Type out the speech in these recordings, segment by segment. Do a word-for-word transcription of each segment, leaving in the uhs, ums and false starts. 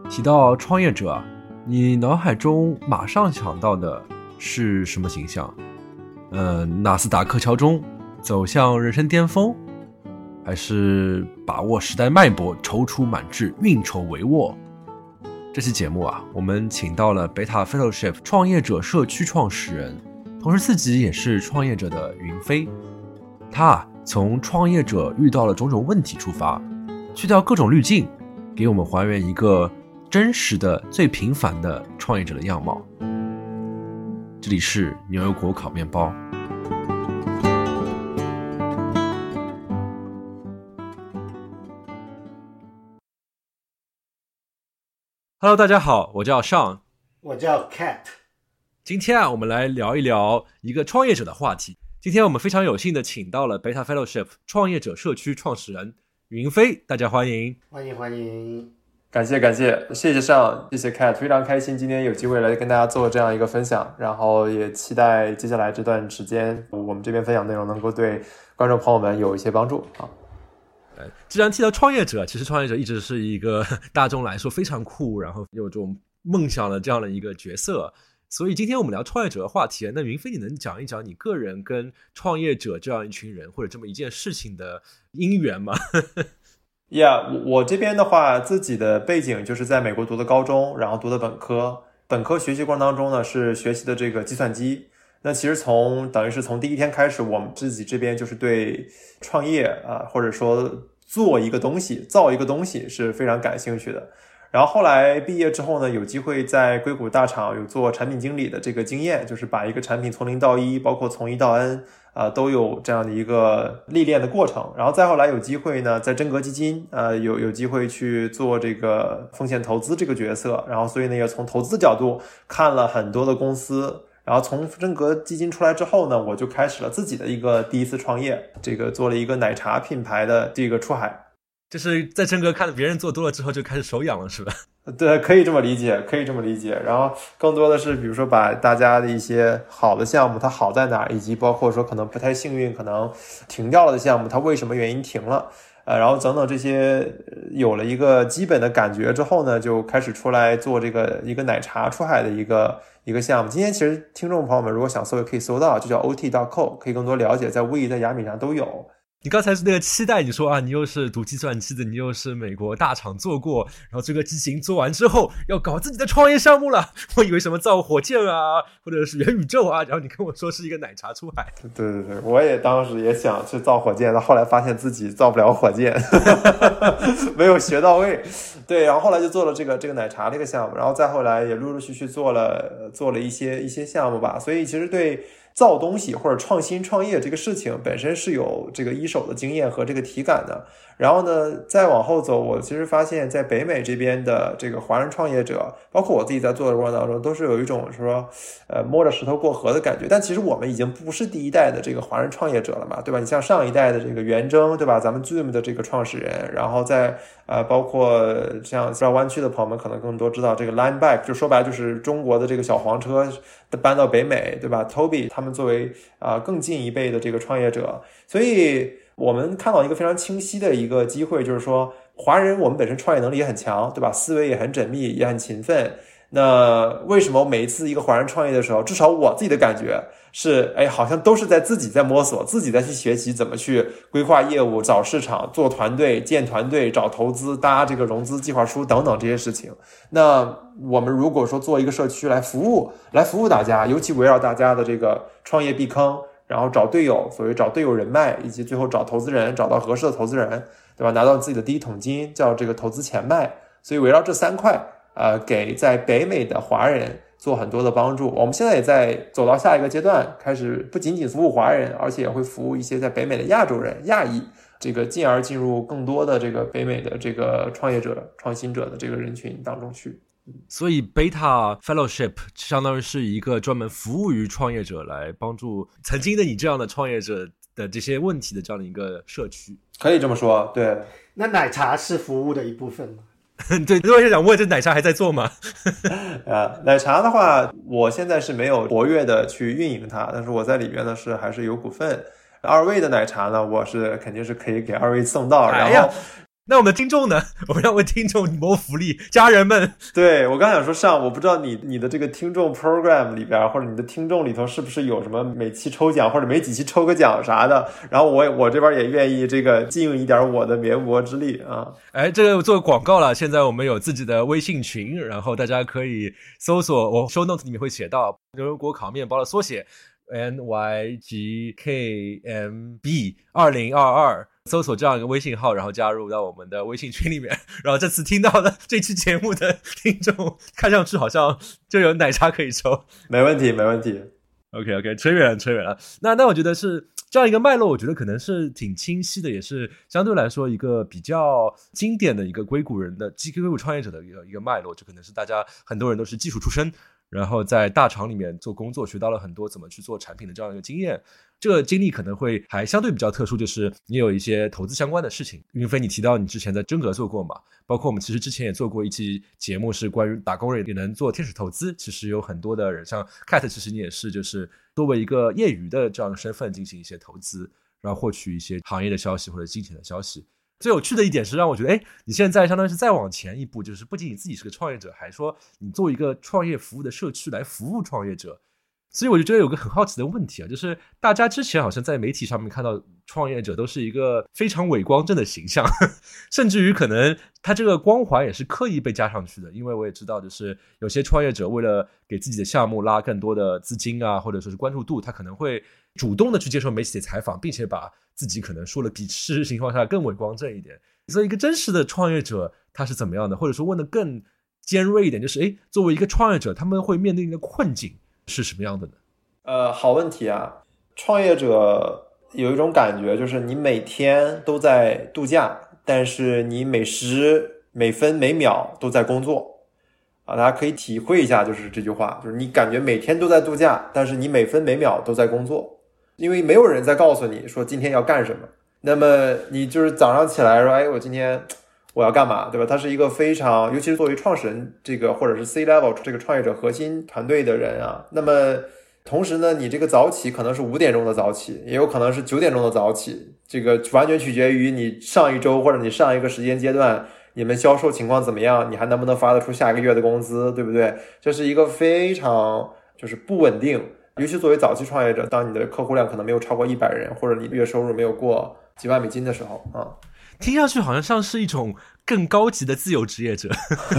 提到创业者，你脑海中马上想到的是什么形象？呃，纳斯达克敲钟，走向人生巅峰，还是把握时代脉搏，踌躇满志，运筹帷幄？这期节目啊，我们请到了 Beta Fellowship 创业者社区创始人，同时自己也是创业者的云飞。他啊，从创业者遇到了种种问题出发，去掉各种滤镜，给我们还原一个真实的最平凡的创业者的样貌。这里是牛油果烤面包。Hello， 大家好，我叫 Sean， 我叫 Cat。 今天啊，我们来聊一聊一个创业者的话题。今天我们非常有幸的请到了 Beta Fellowship 创业者社区创始人云飞，大家欢迎， 欢迎欢迎。 感谢感谢，谢谢上，谢谢 Cat， 非常开心今天有机会来跟大家做这样一个分享，然后也期待接下来这段时间我们这边分享内容能够对观众朋友们有一些帮助啊。 既然提到创业者，其实创业者一直是一个大众来说非常酷，然后有这种梦想的这样的一个角色，所以今天我们聊创业者的话题。那云飞，你能讲一讲你个人跟创业者这样一群人或者这么一件事情的因缘吗 Yeah， 我这边的话，自己的背景就是在美国读的高中，然后读的本科。本科学习过程当中呢，是学习的这个计算机。那其实从等于是从第一天开始，我们自己这边就是对创业啊、呃，或者说做一个东西、造一个东西是非常感兴趣的。然后后来毕业之后呢，有机会在硅谷大厂有做产品经理的这个经验，就是把一个产品从零到一，包括从一到 N。啊、呃，都有这样的一个历练的过程，然后再后来有机会呢，在真格基金，呃，有有机会去做这个风险投资这个角色，然后所以呢，也从投资角度看了很多的公司，然后从真格基金出来之后呢，我就开始了自己的一个第一次创业，这个做了一个奶茶品牌的这个出海。 就是在真格看了别人做多了之后就开始手痒了是吧？ 对，可以这么理解，可以这么理解。然后更多的是比如说把大家的一些好的项目它好在哪，以及包括说可能不太幸运可能停掉了的项目它为什么原因停了，呃，然后等等这些有了一个基本的感觉之后呢，就开始出来做这个一个奶茶出海的一个一个项目。今天其实听众朋友们如果想搜也可以搜到，就叫 O T 点 co， 可以更多了解，在 We 在雅米上都有。 你刚才是那个期待，你说啊，你又是读计算机的，你又是美国大厂做过，然后这个机型做完之后要搞自己的创业项目了，我以为什么造火箭啊，或者是元宇宙啊，然后你跟我说是一个奶茶出海。 对对对，我也当时也想去造火箭，但后来发现自己造不了火箭没有学到位。对，然后后来就做了这个这个奶茶这个项目，然后再后来也陆陆续续做了做了一些一些项目吧。所以其实对造东西或者创新创业这个事情本身是有这个一手的经验和这个体感的。然后呢再往后走，我其实发现在北美这边的这个华人创业者，包括我自己在做的过程当中，都是有一种说呃摸着石头过河的感觉。但其实我们已经不是第一代的这个华人创业者了嘛，对吧？你像上一代的这个袁征，对吧？咱们 Zoom 的这个创始人，然后在呃包括像绕湾区的朋友们可能更多知道这个 Lineback， 就说白了就是中国的这个小黄车搬到北美，对吧？ Toby 他们作为啊、呃、更进一辈的这个创业者，所以我们看到一个非常清晰的一个机会，就是说华人我们本身创业能力也很强，对吧？思维也很缜密，也很勤奋。那为什么每一次一个华人创业的时候，至少我自己的感觉是，哎，好像都是在自己在摸索，自己在去学习怎么去规划业务、找市场、做团队、建团队、找投资、搭这个融资计划书等等这些事情。那我们如果说做一个社区来服务，来服务大家，尤其围绕大家的这个创业避坑，然后找队友，所谓找队友人脉，以及最后找投资人，找到合适的投资人，对吧？拿到自己的第一桶金，叫这个投资钱脉。所以围绕这三块，呃，给在北美的华人做很多的帮助。我们现在也在走到下一个阶段，开始不仅仅服务华人，而且也会服务一些在北美的亚洲人、亚裔，这个进而进入更多的这个北美的这个创业者、创新者的这个人群当中去。 所以 Beta Fellowship 相当于是一个专门服务于创业者，来帮助曾经的你这样的创业者的这些问题的这样的一个社区。 可以这么说，对。 那奶茶是服务的一部分吗？ 对，我也想问，这奶茶还在做吗？ 啊，奶茶的话，我现在是没有活跃的去运营它，但是我在里边呢是还是有股份。二位的奶茶呢，我是肯定是可以给二位送到，然后那我们的听众呢？我们要为听众谋福利，家人们。 对，我刚想说上，我不知道你你的这个听众 program 里边，或者你的听众里头是不是有什么每期抽奖，或者每几期抽个奖啥的。然后我我这边也愿意这个尽一点我的绵薄之力啊。 哎，这个做个广告了。现在我们有自己的微信群，然后大家可以搜索，我 show note 里面会写到牛油果烤面包的缩写 N Y G K M B 二零二二。搜索这样一个微信号，然后加入到我们的微信群里面。然后这次听到的这期节目的听众，看上去好像就有奶茶可以抽。 没问题，没问题。 OK OK， 吹远了，吹远了。那那我觉得是这样一个脉络，我觉得可能是挺清晰的，也是相对来说一个比较经典的一个硅谷人的硅谷创业者的一个一个脉络。就可能是大家很多人都是技术出身，然后在大厂里面做工作，学到了很多怎么去做产品的这样一个经验。这个经历可能会还相对比较特殊，就是你有一些投资相关的事情。云飞，你提到你之前在真格做过嘛，包括我们其实之前也做过一期节目是关于打工人也能做天使投资。其实有很多的人，像 Cat 其实你也是就是作为一个业余的这样的身份进行一些投资，然后获取一些行业的消息或者金钱的消息。最有趣的一点是让我觉得，哎，你现在相当于是再往前一步，就是不仅你自己是个创业者，还说你做一个创业服务的社区来服务创业者。所以我就觉得有个很好奇的问题啊，就是大家之前好像在媒体上面看到创业者都是一个非常伪光正的形象，甚至于可能他这个光环也是刻意被加上去的。因为我也知道，就是有些创业者为了给自己的项目拉更多的资金啊，或者说是关注度，他可能会主动的去接受媒体的采访，并且把自己可能说了比事实情况下更伪光正一点。所以一个真实的创业者他是怎么样的，或者说问的更尖锐一点，就是诶，作为一个创业者他们会面临的困境是什么样的呢？ 呃，好问题啊。创业者有一种感觉，就是你每天都在度假，但是你每时每分每秒都在工作啊。大家可以体会一下，就是这句话，就是你感觉每天都在度假，但是你每分每秒都在工作，因为没有人在告诉你说今天要干什么。那么你就是早上起来说，哎，我今天我要干嘛，对吧？他是一个非常，尤其是作为创始人这个或者是 C level 这个创业者核心团队的人啊，那么同时呢，你这个早起可能是五点钟的早起，也有可能是九点钟的早起，这个完全取决于你上一周或者你上一个时间阶段你们销售情况怎么样，你还能不能发得出下一个月的工资，对不对？这是一个非常就是不稳定，尤其作为早期创业者，当你的客户量可能没有超过一百人，或者你月收入没有过几万美金的时候啊， 听上去好像像是一种更高级的自由职业者。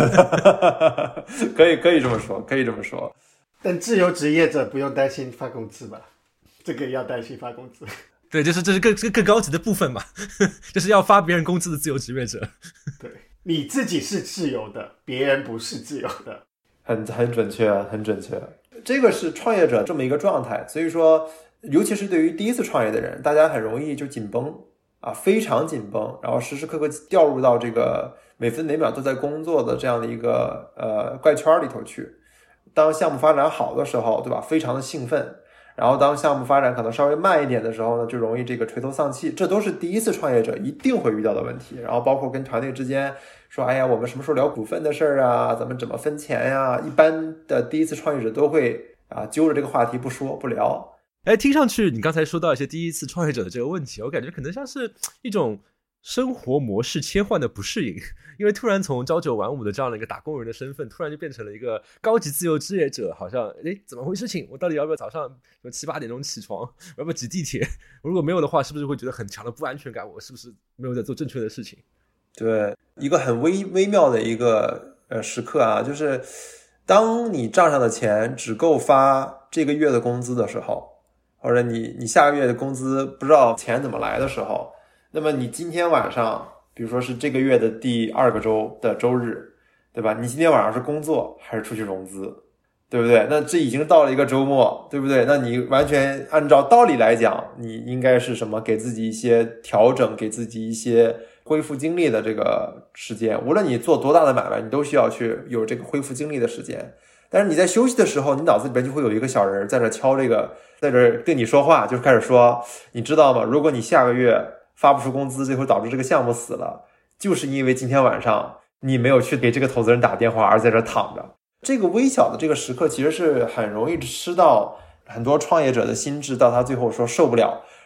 可以可以这么说，可以这么说。 但自由职业者不用担心发工资吧？这个要担心发工资。 对，就是这是更更高级的部分嘛，就是要发别人工资的自由职业者。 对，你自己是自由的，别人不是自由的。 很很准确，很准确。这个是创业者这么一个状态，所以说，尤其是对于第一次创业的人，大家很容易就紧绷啊，非常紧绷，然后时时刻刻掉入到这个每分每秒都在工作的这样的一个呃怪圈里头去。当项目发展好的时候，对吧？非常的兴奋。然后当项目发展可能稍微慢一点的时候呢，就容易这个垂头丧气。这都是第一次创业者一定会遇到的问题。然后包括跟团队之间说，哎呀，我们什么时候聊股份的事儿啊？咱们怎么分钱呀？一般的第一次创业者都会啊揪着这个话题不说不聊。 哎，听上去你刚才说到一些第一次创业者的这个问题，我感觉可能像是一种生活模式切换的不适应，因为突然从朝九晚五的这样的一个打工人的身份，突然就变成了一个高级自由职业者，好像哎，怎么回事情？我到底要不要早上七八点钟起床？我要不要挤地铁？如果没有的话，是不是会觉得很强的不安全感？我是不是没有在做正确的事情？ 对，一个很微微妙的一个呃时刻啊，就是当你账上的钱只够发这个月的工资的时候，或者你你下个月的工资不知道钱怎么来的时候，那么你今天晚上，比如说是这个月的第二个周的周日，对吧？你今天晚上是工作还是出去融资，对不对？那这已经到了一个周末，对不对？那你完全按照道理来讲，你应该是什么？给自己一些调整，给自己一些恢复精力的这个时间。无论你做多大的买卖，你都需要去有这个恢复精力的时间。但是你在休息的时候，你脑子里边就会有一个小人在这敲这个，在这对你说话，就开始说，你知道吗？如果你下个月发不出工资，最后导致这个项目死了，就是因为今天晚上你没有去给这个投资人打电话，而在这躺着。这个微小的这个时刻其实是很容易吃到很多创业者的心智，到他最后说受不了，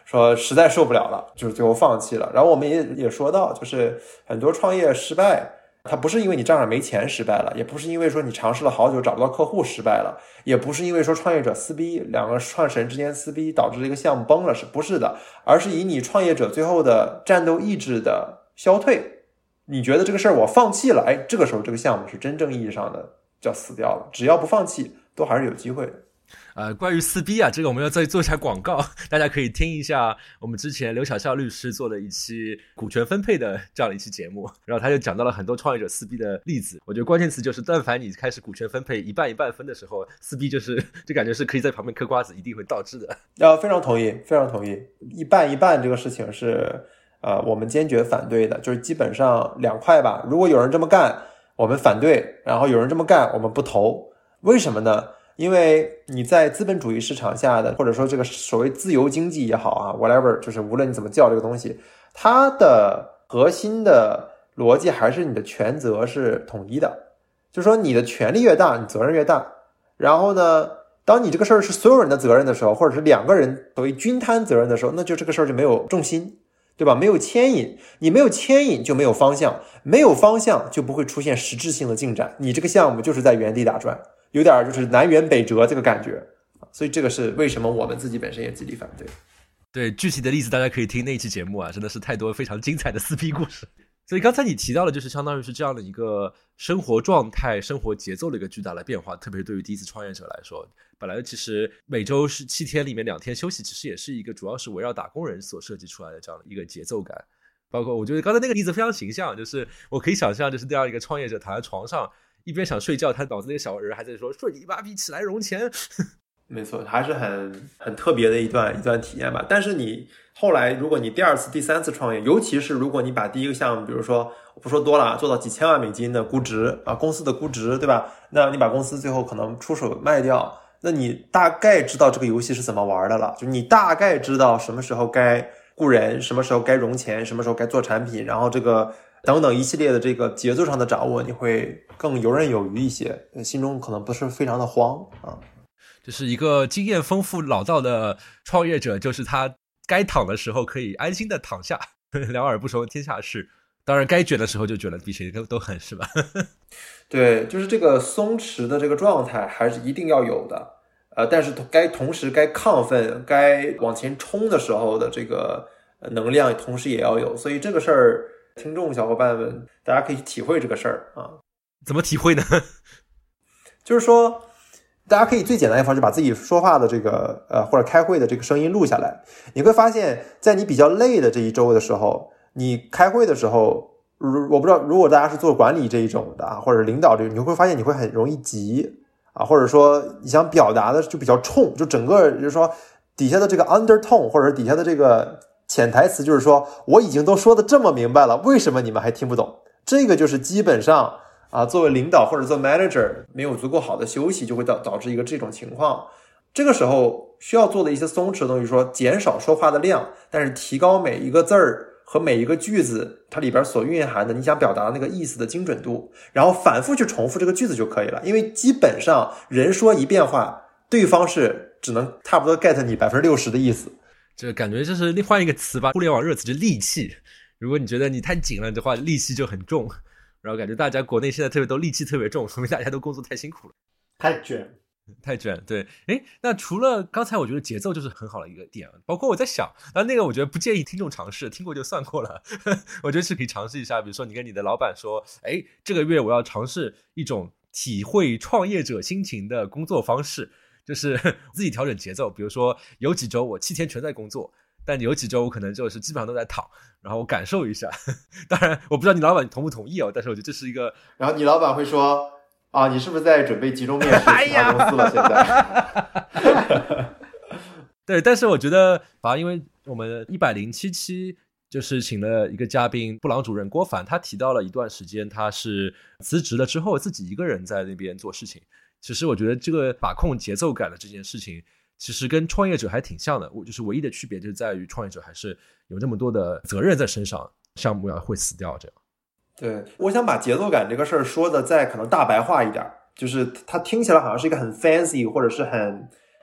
说实在受不了了，就是最后放弃了。然后我们也也说到，就是很多创业失败，它不是因为你账上没钱失败了，也不是因为说你尝试了好久找不到客户失败了，也不是因为说创业者撕逼，两个创始人之间撕逼导致这个项目崩了，是不是的？而是以你创业者最后的战斗意志的消退，你觉得这个事儿我放弃了，哎，这个时候这个项目是真正意义上的叫死掉了。只要不放弃，都还是有机会的。 呃，关于撕逼啊，这个我们要再做一下广告，大家可以听一下我们之前刘晓笑律师做的一期股权分配的这样的一期节目，然后他就讲到了很多创业者撕逼的例子。我觉得关键词就是，但凡你开始股权分配一半一半分的时候，撕逼就是就感觉是可以在旁边嗑瓜子，一定会导致的。 啊，非常同意，非常同意。一半一半这个事情是呃我们坚决反对的，就是基本上两块吧。如果有人这么干，我们反对；然后有人这么干，我们不投。为什么呢？因为你在资本主义市场下的，或者说这个所谓自由经济也好啊 whatever， 就是无论你怎么叫这个东西，它的核心的逻辑还是你的权责是统一的，就是说你的权利越大，你责任越大。然后呢，当你这个事儿是所有人的责任的时候，或者是两个人所谓均摊责任的时候，那就这个事儿就没有重心，对吧？没有牵引，你没有牵引就没有方向，没有方向就不会出现实质性的进展，你这个项目就是在原地打转，有点就是南辕北辙这个感觉。所以这个是为什么我们自己本身也极力反对。 对，具体的例子大家可以听那一期节目啊，真的是太多非常精彩的撕逼故事。所以刚才你提到的就是相当于是这样的一个生活状态、生活节奏的一个巨大的变化，特别是对于第一次创业者来说，本来其实每周是七天里面两天休息，其实也是一个主要是围绕打工人所设计出来的这样的一个节奏感。包括我觉得刚才那个例子非常形象，就是我可以想象就是这样一个创业者躺在床上一边想睡觉，他脑子那个小人还在说睡你妈逼起来融钱。 没错，还是很很特别的一段一段体验吧。但是你后来如果你第二次第三次创业，尤其是如果你把第一个项目比如说我不说多了，做到几千万美金的估值啊，公司的估值，对吧？那你把公司最后可能出手卖掉，那你大概知道这个游戏是怎么玩的了，就你大概知道什么时候该雇人，什么时候该融钱，什么时候该做产品，然后这个等等一系列的这个节奏上的掌握，你会更游刃有余一些，心中可能不是非常的慌啊。 就是一个经验丰富老道的创业者，就是他该躺的时候可以安心的躺下，两耳不熟天下事。当然该卷的时候就卷了，比谁都狠，是吧？ 对，就是这个松弛的这个状态还是一定要有的，呃，但是该同时该亢奋、该往前冲的时候的这个能量，同时也要有。所以这个事儿，听众小伙伴们，大家可以体会这个事儿啊。 怎么体会呢？ 就是说。大家可以最简单的方式把自己说话的这个呃或者开会的这个声音录下来，你会发现在你比较累的这一周的时候，你开会的时候，我不知道如果大家是做管理这一种的啊，或者领导这种，你会发现你会很容易急啊，或者说你想表达的就比较冲，就整个就是说底下的这个 undertone 或者底下的这个潜台词就是说我已经都说的这么明白了，为什么你们还听不懂？这个就是基本上啊，作为领导或者做 manager 没有足够好的休息，就会导导致一个这种情况。这个时候需要做的一些松弛的东西，说减少说话的量，但是提高每一个字儿和每一个句子它里边所蕴含的你想表达的那个意思的精准度，然后反复去重复这个句子就可以了。因为基本上人说一遍话，对方是只能差不多 get 你 百分之六十 的意思。 这感觉就是换一个词吧，互联网热词就戾气。如果你觉得你太紧了的话，戾气就很重。然后感觉大家国内现在特别都戾气特别重，说明大家都工作太辛苦了， 太卷太卷。对，诶，那除了刚才我觉得节奏就是很好的一个点，包括我在想，那那个我觉得不建议听众尝试，听过就算过了。我觉得是可以尝试一下，比如说你跟你的老板说，诶，这个月我要尝试一种体会创业者心情的工作方式，就是自己调整节奏，比如说有几周我七天全在工作，但有几周我可能就是基本上都在躺，然后我感受一下。当然我不知道你老板同不同意哦，但是我觉得这是一个。 然后你老板会说啊，你是不是在准备集中面试其他公司了现在？ 对，但是我觉得啊，因为我们一百零七期就是请了一个嘉宾布朗主任郭凡，他提到了一段时间他是辞职了之后自己一个人在那边做事情。其实我觉得这个把控节奏感的这件事情其实跟创业者还挺像的，就是唯一的区别就是在于创业者还是有这么多的责任在身上，项目要会死掉这样。 对，我想把节奏感这个事儿说的再可能大白话一点，就是它听起来好像是一个很 fancy 或者是很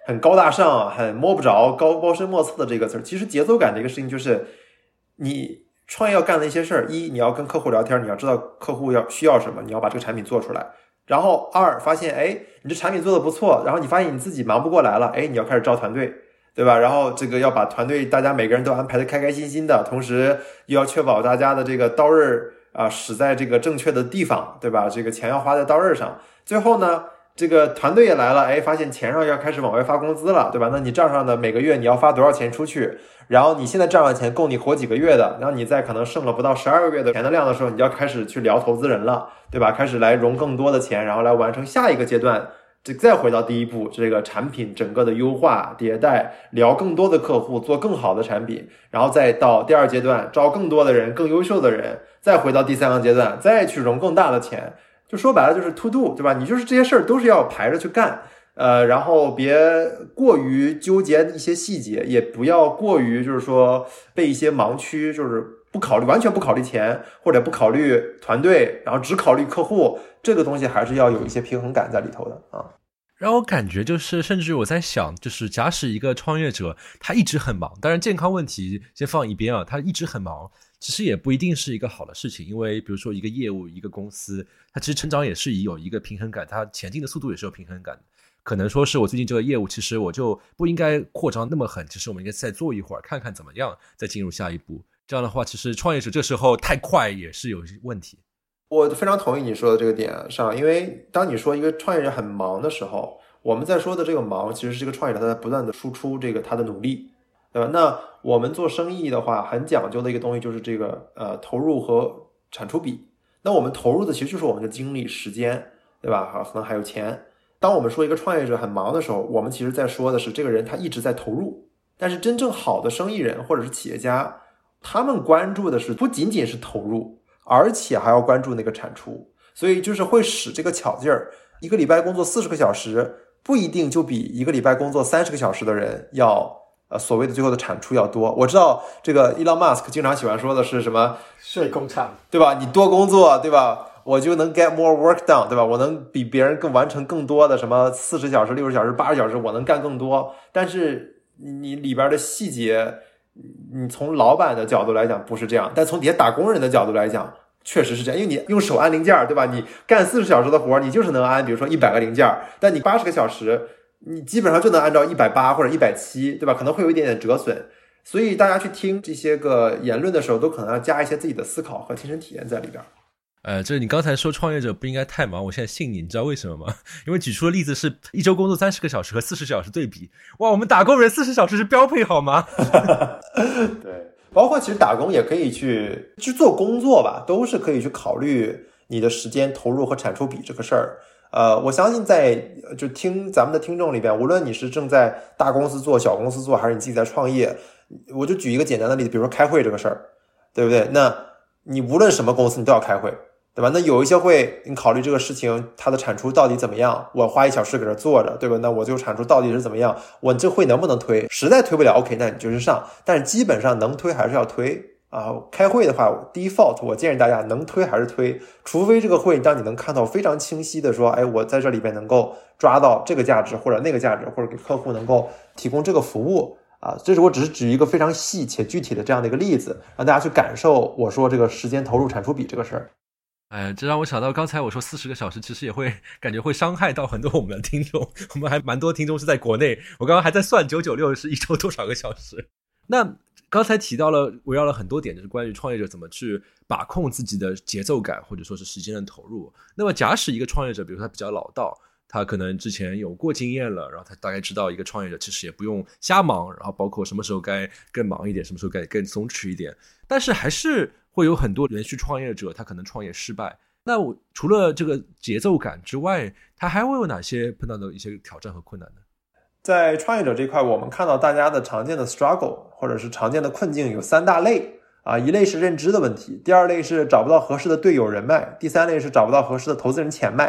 很高大上、很摸不着、高高深莫测的这个词儿。其实节奏感这个事情就是你创业要干的一些事儿：一，你要跟客户聊天，你要知道客户要需要什么，你要把这个产品做出来。然后二，发现哎，你这产品做的不错，然后你发现你自己忙不过来了，哎，你要开始招团队，对吧？然后这个要把团队大家每个人都安排的开开心心的，同时又要确保大家的这个刀刃啊使在这个正确的地方，对吧？这个钱要花在刀刃上。最后呢，这个团队也来了，哎，发现钱上要开始往外发工资了，对吧？那你账上的每个月你要发多少钱出去？然后你现在账上钱够你活几个月的，然后你在可能剩了不到十二个月的钱的量的时候，你就要开始去聊投资人了，对吧？开始来融更多的钱，然后来完成下一个阶段，这再回到第一步，这个产品整个的优化迭代，聊更多的客户，做更好的产品，然后再到第二阶段招更多的人，更优秀的人，再回到第三个阶段，再去融更大的钱。就说白了就是 to do， 对吧？你就是这些事儿都是要排着去干，呃，然后别过于纠结一些细节，也不要过于就是说被一些盲区，就是不考虑，完全不考虑钱，或者不考虑团队，然后只考虑客户，这个东西还是要有一些平衡感在里头的啊。 让我感觉就是，甚至我在想，就是假使一个创业者他一直很忙，当然健康问题先放一边啊，他一直很忙，其实也不一定是一个好的事情，因为比如说一个业务一个公司，它其实成长也是有一个平衡感，它前进的速度也是有平衡感的。可能说是我最近这个业务其实我就不应该扩张那么狠，其实我们应该再做一会儿看看怎么样再进入下一步，这样的话其实创业者这时候太快也是有问题。 我非常同意你说的这个点上，因为当你说一个创业者很忙的时候，我们在说的这个忙其实是这个创业者他在不断的输出这个他的努力，对吧？那我们做生意的话很讲究的一个东西就是这个呃投入和产出比。那我们投入的其实就是我们的精力时间，对吧？可能还有钱。当我们说一个创业者很忙的时候，我们其实在说的是这个人他一直在投入。但是真正好的生意人或者是企业家，他们关注的是不仅仅是投入，而且还要关注那个产出。所以就是会使这个巧劲儿，一个礼拜工作四十个小时不一定就比一个礼拜工作三十个小时的人要呃所谓的最后的产出要多。我知道这个 Elon Musk 经常喜欢说的是什么睡工厂， 对吧？你多工作，对吧？我就能 get more work done， 对吧？我能比别人更完成更多的什么四十小时、六十小时、八十小时，我能干更多。但是你里边的细节，你从老板的角度来讲不是这样，但从底下打工人的角度来讲，确实是这样。因为你用手按零件，对吧？你干四十小时的活，你就是能按，比如说一百个零件，但你八十个小时，你基本上就能按照一百八或者一百七，对吧？可能会有一点点折损。所以大家去听这些个言论的时候，都可能要加一些自己的思考和亲身体验在里边。 呃，这你刚才说创业者不应该太忙，我现在信你，你知道为什么吗？因为举出的例子是一周工作三十个小时和四十小时对比，哇，我们打工人四十小时是标配好吗？ 对，包括其实打工也可以去去做工作吧，都是可以去考虑你的时间投入和产出比这个事儿。呃，我相信在就听咱们的听众里边，无论你是正在大公司做、小公司做，还是你自己在创业，我就举一个简单的例子，比如说开会这个事儿，对不对？那你无论什么公司，你都要开会。对吧？那有一些会，你考虑这个事情它的产出到底怎么样？我花一小时搁这坐着，对吧？那我最后产出到底是怎么样？我这会能不能推？实在推不了 ，OK， 那你就是上。但是基本上能推还是要推啊。开会的话 ，default 我建议大家能推还是推，除非这个会让你能看到非常清晰的说，哎，我在这里边能够抓到这个价值或者那个价值，或者给客户能够提供这个服务。啊，这是我只是举一个非常细且具体的这样的一个例子，让大家去感受我说这个时间投入产出比这个事儿。 哎，这让我想到刚才我说四十个小时，其实也会感觉会伤害到很多我们的听众。我们还蛮多听众是在国内，我刚刚还在算九九六是一周多少个小时。那刚才提到了，围绕了很多点，就是关于创业者怎么去把控自己的节奏感，或者说是时间的投入。那么假使一个创业者，比如说他比较老道，他可能之前有过经验了，然后他大概知道一个创业者其实也不用瞎忙，然后包括什么时候该更忙一点，什么时候该更松弛一点，但是还是会有很多连续创业者他可能创业失败。那我除了这个节奏感之外，他还会有哪些碰到的一些挑战和困难呢？ 在创业者这块，我们看到大家的常见的 struggle 或者是常见的困境有三大类啊，一类是认知的问题，第二类是找不到合适的队友人脉，第三类是找不到合适的投资人钱脉。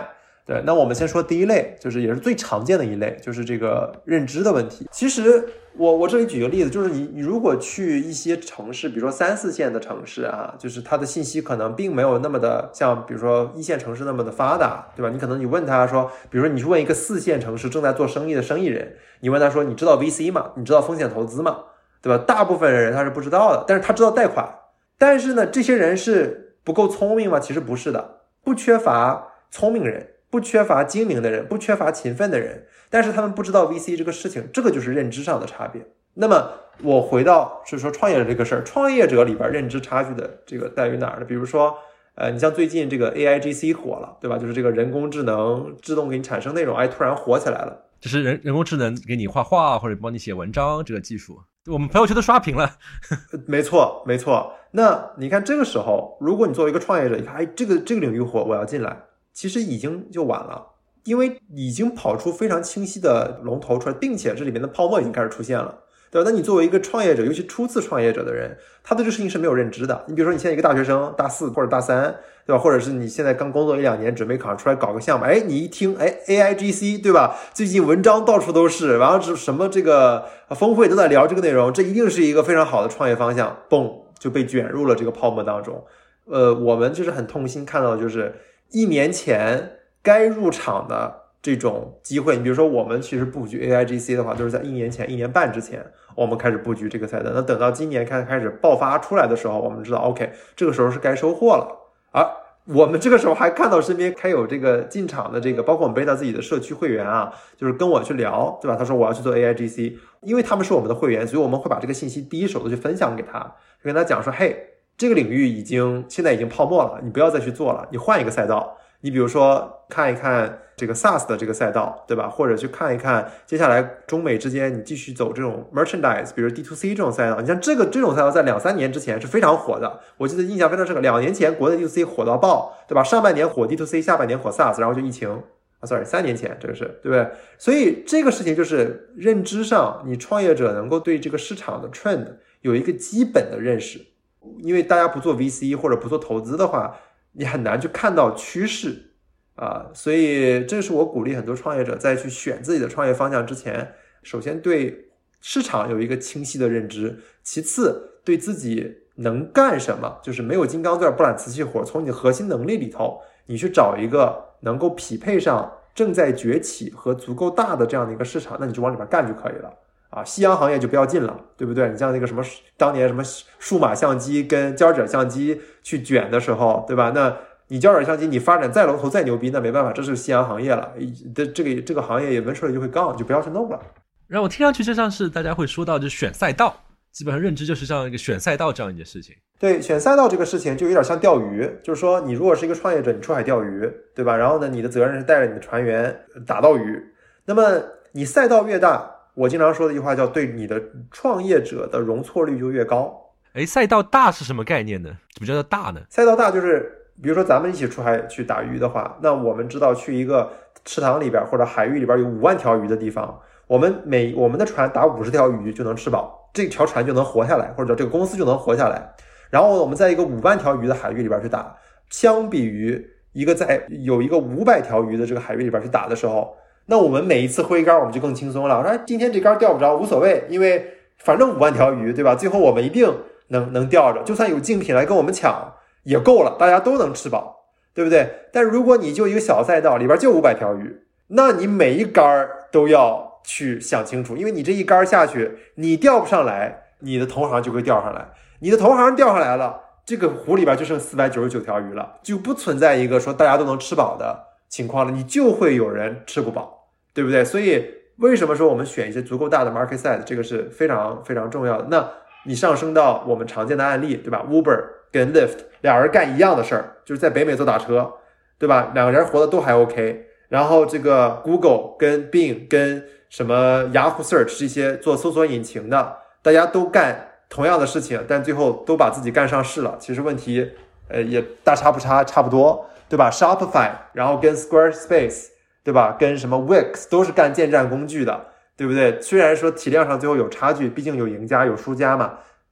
对，那我们先说第一类，就是也是最常见的一类，就是这个认知的问题。其实我我这里举个例子，就是你你如果去一些城市，比如说三四线的城市啊，就是它的信息可能并没有那么的像比如说一线城市那么的发达，对吧？你可能你问他说，比如说你去问一个四线城市正在做生意的生意人，你问他说你知道 V C 吗？你知道风险投资吗？对吧？大部分人他是不知道的，但是他知道贷款。但是呢，这些人是不够聪明吗？其实不是的，不缺乏聪明人，不缺乏精明的人，不缺乏勤奋的人，但是他们不知道 V C 这个事情，这个就是认知上的差别。那么我回到是说创业者这个事儿，创业者里边认知差距的这个在于哪儿呢？比如说呃，你像最近这个 A I G C 火了，对吧？就是这个人工智能自动给你产生内容，哎，突然火起来了。 就是人人工智能给你画画或者帮你写文章这个技术，我们朋友圈都刷屏了。 没错，没错。那你看这个时候，如果你作为一个创业者，你看，哎，这个这个领域火，我要进来，其实已经就晚了，因为已经跑出非常清晰的龙头出来，并且这里面的泡沫已经开始出现了。对吧？那你作为一个创业者，尤其初次创业者的人，他对这个事情是没有认知的。你比如说，你现在一个大学生，大四或者大三，对吧？或者是你现在刚工作一两年，准备考上出来搞个项目，哎，你一听，哎 ，A I G C， 对吧？最近文章到处都是，然后什么这个峰会都在聊这个内容，这一定是一个非常好的创业方向，嘣就被卷入了这个泡沫当中。呃，我们就是很痛心看到，就是一年前该入场的这种机会，你比如说我们其实布局 A I G C 的话，都是在一年前、一年半之前，我们开始布局这个赛道。那等到今年开开始爆发出来的时候，我们知道 OK， 这个时候是该收获了。而我们这个时候还看到身边还有这个进场的这个，包括我们贝塔自己的社区会员啊，就是跟我去聊，对吧？他说我要去做 A I G C， 因为他们是我们的会员，所以我们会把这个信息第一手的去分享给他，就跟他讲说，嘿，这个领域已经现在已经泡沫了，你不要再去做了，你换一个赛道。你比如说看一看这个 SaaS 的这个赛道，对吧？或者去看一看接下来中美之间你继续走这种 merchandise， 比如 D to C 这种赛道。你像这个这种赛道在两三年之前是非常火的，我记得印象非常深刻，两年前国内 D to C 火到爆，对吧？上半年火 D to C， 下半年火 SaaS， 然后就疫情啊 sorry 三年前这个是，对不对？所以这个事情就是认知上，你创业者能够对这个市场的 trend 有一个基本的认识，因为大家不做 V C 或者不做投资的话，你很难去看到趋势啊，所以这是我鼓励很多创业者在去选自己的创业方向之前，首先对市场有一个清晰的认知，其次对自己能干什么，就是没有金刚钻不揽瓷器活，从你的核心能力里头，你去找一个能够匹配上正在崛起和足够大的这样的一个市场，那你就往里边干就可以了。啊，夕阳行业就不要进了，对不对？你像那个什么当年什么数码相机跟胶卷相机去卷的时候，对吧？那你胶卷相机你发展再龙头再牛逼，那没办法，这是夕阳行业了。这这个这个行业也闻出来就会杠，就不要去弄了。 然后我听上去就像是大家会说到就是选赛道，基本上认知就是这样一个选赛道这样一件事情。 对，选赛道这个事情就有点像钓鱼，就是说你如果是一个创业者，你出海钓鱼，对吧？然后呢，你的责任是带着你的船员打到鱼。那么你赛道越大，我经常说的一句话叫对你的创业者的容错率就越高。 诶，赛道大是什么概念呢？怎么叫做大呢？ 赛道大就是比如说咱们一起出海去打鱼的话，那我们知道去一个池塘里边或者海域里边有五万条鱼的地方，我们每我们的船打五十条鱼就能吃饱，这条船就能活下来，或者这个公司就能活下来。然后我们在一个五万条鱼的海域里边去打，相比于一个在有一个五百条鱼的这个海域里边去打的时候，那我们每一次挥竿我们就更轻松了。我说、哎、今天这竿钓不着无所谓，因为反正五万条鱼，对吧？最后我们一定能能钓着，就算有竞品来跟我们抢也够了，大家都能吃饱，对不对？但如果你就一个小赛道里边就五百条鱼，那你每一竿都要去想清楚，因为你这一竿下去你钓不上来，你的同行就会钓上来，你的同行钓上来了，这个湖里边就剩四百九十九条鱼了，就不存在一个说大家都能吃饱的情况了，你就会有人吃不饱，对不对？所以为什么说我们选一些足够大的 market size， 这个是非常非常重要的。那你上升到我们常见的案例，对吧？ Uber 跟 Lyft 俩人干一样的事儿，就是在北美做打车，对吧？两个人活得都还 OK。然后这个 Google 跟 Bing 跟什么 Yahoo Search 这些做搜索引擎的，大家都干同样的事情，但最后都把自己干上市了。其实问题呃也大差不差，差不多，对吧？ Shopify 然后跟 Squarespace， 对吧？跟什么 Wix 都是干建站工具的，对不对？虽然说体量上最后有差距，毕竟有赢家有输家嘛，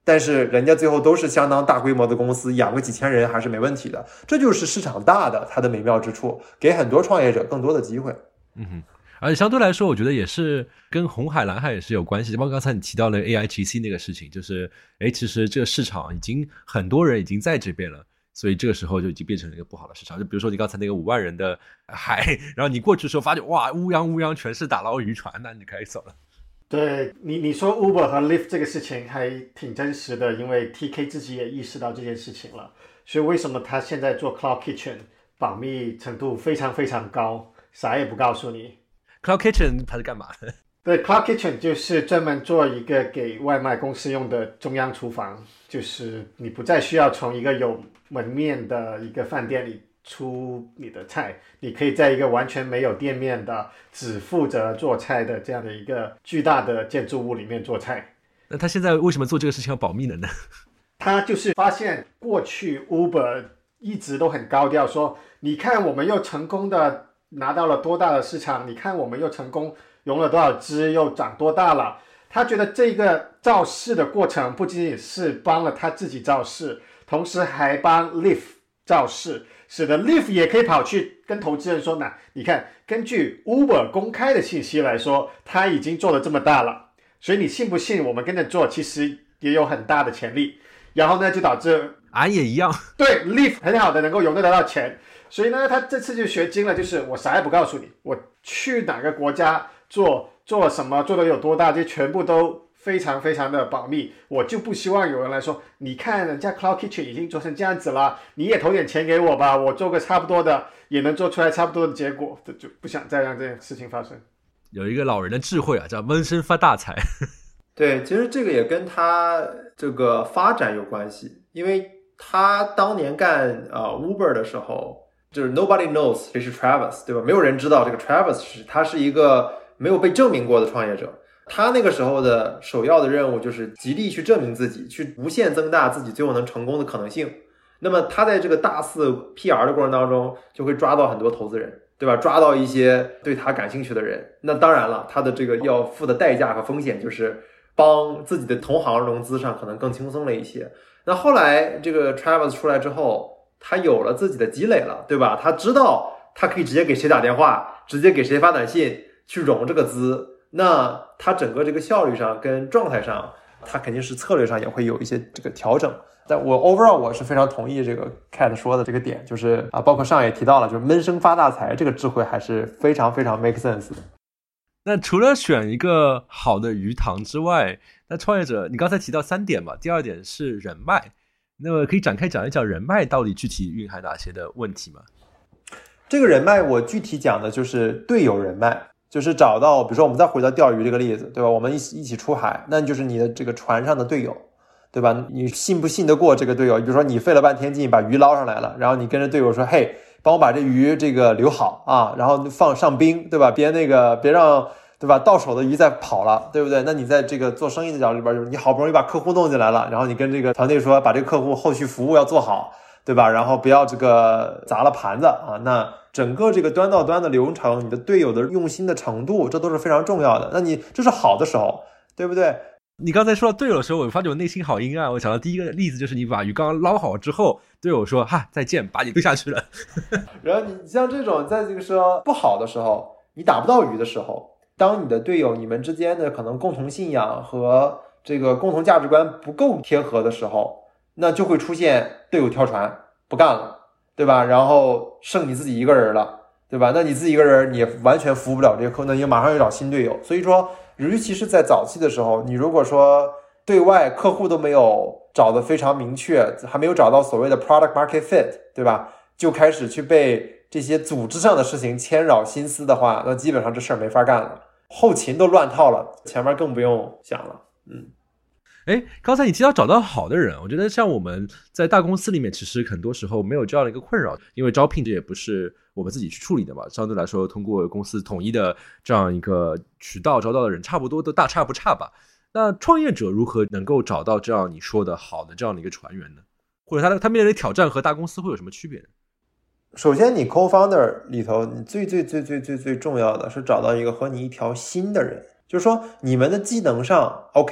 但是人家最后都是相当大规模的公司，养个几千人还是没问题的。这就是市场大的它的美妙之处，给很多创业者更多的机会。 嗯哼，而且相对来说我觉得也是跟红海蓝海也是有关系，包括刚才你提到了 A I G C 那个事情，就是诶其实这个市场已经很多人已经在这边了，所以这个时候就已经变成了一个不好的市场。就比如说你刚才那个五万人的海，然后你过去的时候发现哇乌泱乌泱全是打捞渔船，那你可以走了。 对你你说 Uber 和 Lyft 这个事情还挺真实的，因为 T K 自己也意识到这件事情了，所以为什么他现在做 Cloud Kitchen 保密程度非常非常高，啥也不告诉你。 Cloud Kitchen 它是干嘛的？ 对 Cloud Kitchen 就是专门做一个给外卖公司用的中央厨房，就是你不再需要从一个有门面的一个饭店里出你的菜，你可以在一个完全没有店面的只负责做菜的这样的一个巨大的建筑物里面做菜。 那他现在为什么做这个事情要保密了呢？ 他就是发现过去 Uber 一直都很高调说，你看我们又成功的拿到了多大的市场，你看我们又成功融了多少资，又长多大了。他觉得这个造势的过程不仅仅是帮了他自己造势，同时还帮 Lyft 造势，使得 Lyft 也可以跑去跟投资人说，那你看根据 Uber 公开的信息来说，他已经做得这么大了，所以你信不信我们跟着做其实也有很大的潜力。然后呢就导致俺也一样， 对 Lyft 很好的能够融得到钱，所以呢他这次就学精了，就是我啥也不告诉你，我去哪个国家做做什么做的有多大，这全部都非常非常的保密。我就不希望有人来说，你看人家 Cloud Kitchen 已经做成这样子了，你也投点钱给我吧，我做个差不多的也能做出来差不多的结果，这就不想再让这件事情发生。 有一个老人的智慧啊，叫闷声发大财。 对，其实这个也跟他这个发展有关系，因为他当年干呃 Uber 的时候，就是 nobody knows 谁是 Travis， 对吧？没有人知道这个 Travis 是他是一个没有被证明过的创业者。他那个时候的首要的任务就是极力去证明自己，去无限增大自己最后能成功的可能性。那么他在这个大肆 P R 的过程当中，就会抓到很多投资人，对吧？抓到一些对他感兴趣的人。那当然了，他的这个要付的代价和风险就是帮自己的同行融资上可能更轻松了一些。那后来这个 Travis 出来之后，他有了自己的积累了，对吧？他知道他可以直接给谁打电话，直接给谁发短信去融这个资。那他整个这个效率上跟状态上，他肯定是策略上也会有一些这个调整。但我 overall 我是非常同意这个 Cat 说的这个点，就是啊，包括上也提到了，就是闷声发大财这个智慧还是非常非常 make sense 的。 那除了选一个好的鱼塘之外，那创业者你刚才提到三点嘛，第二点是人脉，那么可以展开讲一讲人脉到底具体蕴含哪些的问题吗？ 这个人脉我具体讲的就是队友人脉，就是找到比如说我们再回到钓鱼这个例子，对吧？我们一起一起出海，那就是你的这个船上的队友，对吧？你信不信得过这个队友？比如说你费了半天劲把鱼捞上来了，然后你跟着队友说，嘿，帮我把这鱼这个留好啊，然后放上冰，对吧？别那个别让对吧到手的鱼再跑了，对不对？那你在这个做生意的角度里边，就是你好不容易把客户弄进来了，然后你跟这个团队说把这个客户后续服务要做好，对吧？然后不要这个砸了盘子啊。那整个这个端到端的流程，你的队友的用心的程度，这都是非常重要的。那你这是好的时候，对不对？ 你刚才说到队友的时候，我发觉我内心好阴暗。我想到第一个例子就是你把鱼缸捞好之后，队友说哈再见，把你丢下去了。 然后你像这种在这个说不好的时候，你打不到鱼的时候，当你的队友你们之间的可能共同信仰和这个共同价值观不够贴合的时候，那就会出现队友跳船不干了，对吧？然后剩你自己一个人了，对吧？那你自己一个人你也完全服务不了这个客户，那你马上要找新队友。所以说尤其是在早期的时候，你如果说对外客户都没有找得非常明确，还没有找到所谓的 product market fit， 对吧？就开始去被这些组织上的事情牵扰心思的话，那基本上这事儿没法干了，后勤都乱套了，前面更不用想了。嗯， 哎，刚才你提到找到好的人，我觉得像我们在大公司里面，其实很多时候没有这样的一个困扰，因为招聘这也不是我们自己去处理的嘛。相对来说，通过公司统一的这样一个渠道招到的人，差不多都大差不差吧。那创业者如何能够找到这样你说的好的这样的一个船员呢？或者他他面临的挑战和大公司会有什么区别呢？ 首先，你 co-founder 里头，你最最最最最最重要的是找到一个和你一条心的人，就是说你们的技能上 OK，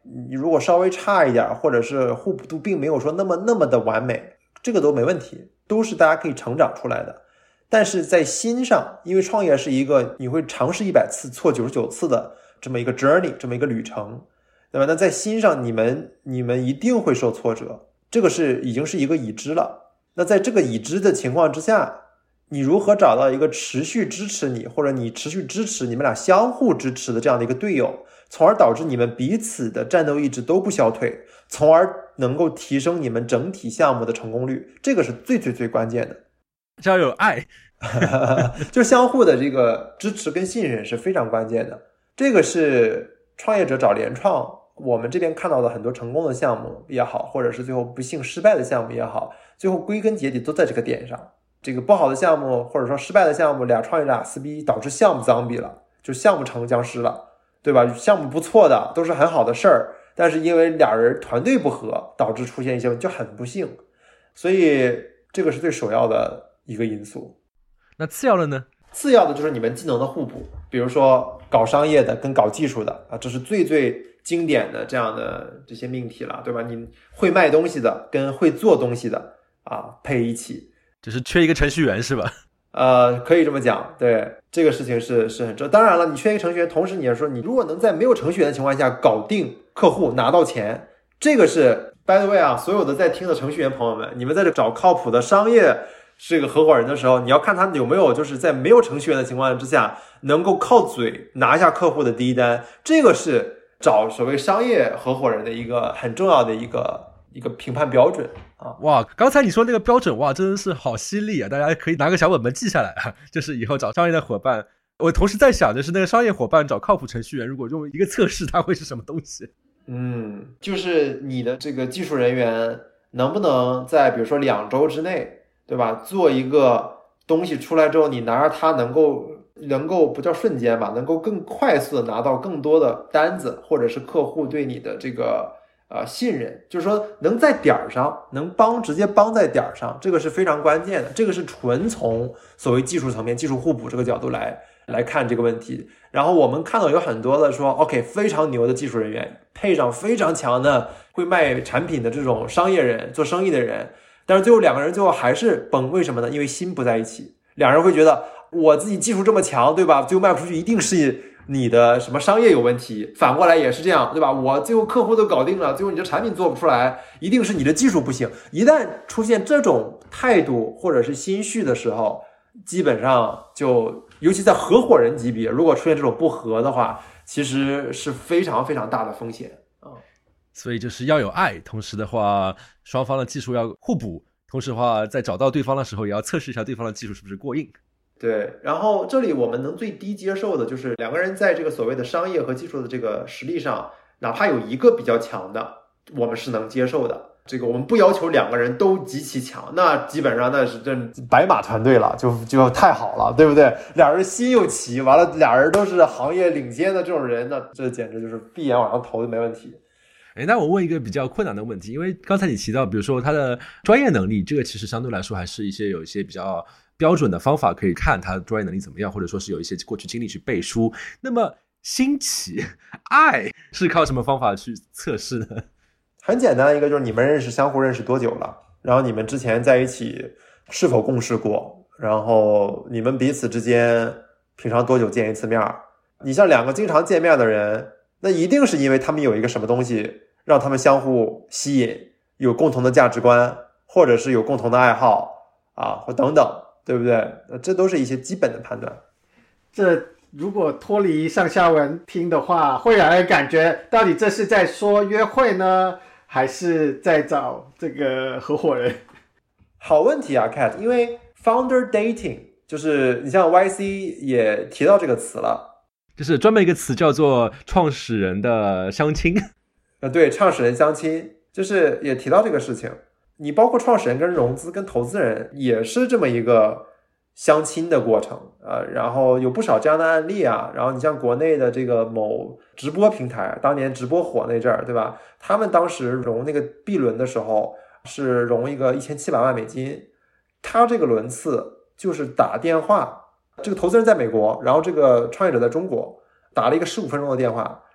你如果稍微差一点，或者是互补度并没有说那么那么的完美，这个都没问题，都是大家可以成长出来的。但是在心上，因为创业是一个你会尝试一百次错九十九次的这么一个 journey， 这么一个旅程，对吧？那在心上你们你们一定会受挫折，这个是已经是一个已知了。那在这个已知的情况之下，你如何找到一个持续支持你，或者你持续支持你们俩相互支持的这样的一个队友，从而导致你们彼此的战斗意志都不消退，从而能够提升你们整体项目的成功率，这个是最最最关键的。 只要有爱就相互的这个支持跟信任是非常关键的。这个是创业者找联创，我们这边看到的很多成功的项目也好，或者是最后不幸失败的项目也好，最后归根结底都在这个点上。这个不好的项目或者说失败的项目，俩创业者俩撕逼，导致项目脏逼了，就项目成僵尸了，对吧？项目不错的都是很好的事儿，但是因为俩人团队不合，导致出现一些问题，就很不幸。所以这个是最首要的一个因素。 那次要的呢？ 次要的就是你们技能的互补，比如说搞商业的跟搞技术的啊，这是最最经典的这样的这些命题了，对吧？你会卖东西的跟会做东西的啊配一起， 就是缺一个程序员是吧？ 呃，可以这么讲，对，这个事情是是很重要。当然了，你缺一个程序员，同时你也说，你如果能在没有程序员的情况下搞定客户拿到钱，这个是 by the way 啊，所有的在听的程序员朋友们，你们在这找靠谱的商业这个合伙人的时候，你要看他有没有就是在没有程序员的情况之下，能够靠嘴拿下客户的第一单，这个是找所谓商业合伙人的一个很重要的一个一个评判标准啊！ 哇，刚才你说那个标准，哇，真的是好犀利啊！大家可以拿个小本本记下来啊，就是以后找商业的伙伴。我同时在想，就是那个商业伙伴找靠谱程序员，如果用一个测试，它会是什么东西？ 嗯，就是你的这个技术人员能不能在比如说两周之内，对吧？做一个东西出来之后，你拿着它能够能够不叫瞬间吧，能够更快速的拿到更多的单子，或者是客户对你的这个呃信任，就是说能在点儿上能帮直接帮在点儿上，这个是非常关键的。这个是纯从所谓技术层面、技术互补这个角度来来看这个问题。然后我们看到有很多的说 OK 非常牛的技术人员，配上非常强的会卖产品的这种商业人、做生意的人，但是最后两个人最后还是崩，为什么呢？因为心不在一起。两人会觉得我自己技术这么强，对吧？最后卖不出去，一定是你的什么商业有问题。反过来也是这样，对吧？我最后客户都搞定了，最后你这产品做不出来，一定是你的技术不行。一旦出现这种态度或者是心绪的时候，基本上就尤其在合伙人级别，如果出现这种不合的话，其实是非常非常大的风险啊。 所以就是要有爱，同时的话，双方的技术要互补，同时的话，在找到对方的时候，也要测试一下对方的技术是不是过硬。 对，然后这里我们能最低接受的就是两个人在这个所谓的商业和技术的这个实力上，哪怕有一个比较强的，我们是能接受的。这个我们不要求两个人都极其强，那基本上那是这白马团队了，就就太好了，对不对？俩人心又齐，完了俩人都是行业领先的这种人，那这简直就是闭眼往上投的没问题。 哎，那我问一个比较困难的问题，因为刚才你提到，比如说他的专业能力，这个其实相对来说还是一些有一些比较标准的方法可以看他专业能力怎么样，或者说是有一些过去经历去背书。那么兴起爱是靠什么方法去测试呢？ 很简单，一个就是你们认识相互认识多久了，然后你们之前在一起是否共事过，然后你们彼此之间平常多久见一次面。你像两个经常见面的人，那一定是因为他们有一个什么东西让他们相互吸引，有共同的价值观，或者是有共同的爱好啊，或等等，对不对？这都是一些基本的判断。 这如果脱离上下文听的话，会让人感觉到底这是在说约会呢，还是在找这个合伙人？ 好问题啊 Cat， 因为 founder dating 就是你像 Y C 也提到这个词了， 就是专门一个词叫做创始人的相亲。 呃，对，创始人相亲，就是也提到这个事情。你包括创始人跟融资跟投资人也是这么一个相亲的过程，呃，然后有不少这样的案例啊。然后你像国内的这个某直播平台，当年直播火那阵儿，对吧？他们当时融那个 B 轮的时候是融一个一千七百万美金，他这个轮次就是打电话，这个投资人在美国，然后这个创业者在中国，打了一个十五分钟的电话，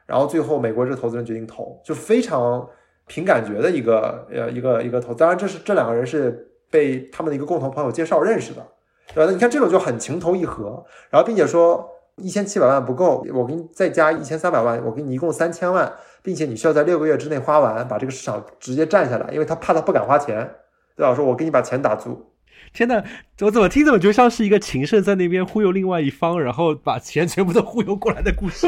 然后最后美国这个投资人决定投，就非常凭感觉的一个呃一个一个投。当然这是这两个人是被他们的一个共同朋友介绍认识的，对吧？你看这种就很情投意合，然后并且说一千七百万不够，我给你再加一千三百万，我给你一共三千万，并且你需要在六个月之内花完，把这个市场直接占下来，因为他怕他不敢花钱，对吧？说我给你把钱打足。 天哪，我怎么听怎么就像是一个情圣在那边忽悠另外一方，然后把钱全部都忽悠过来的故事。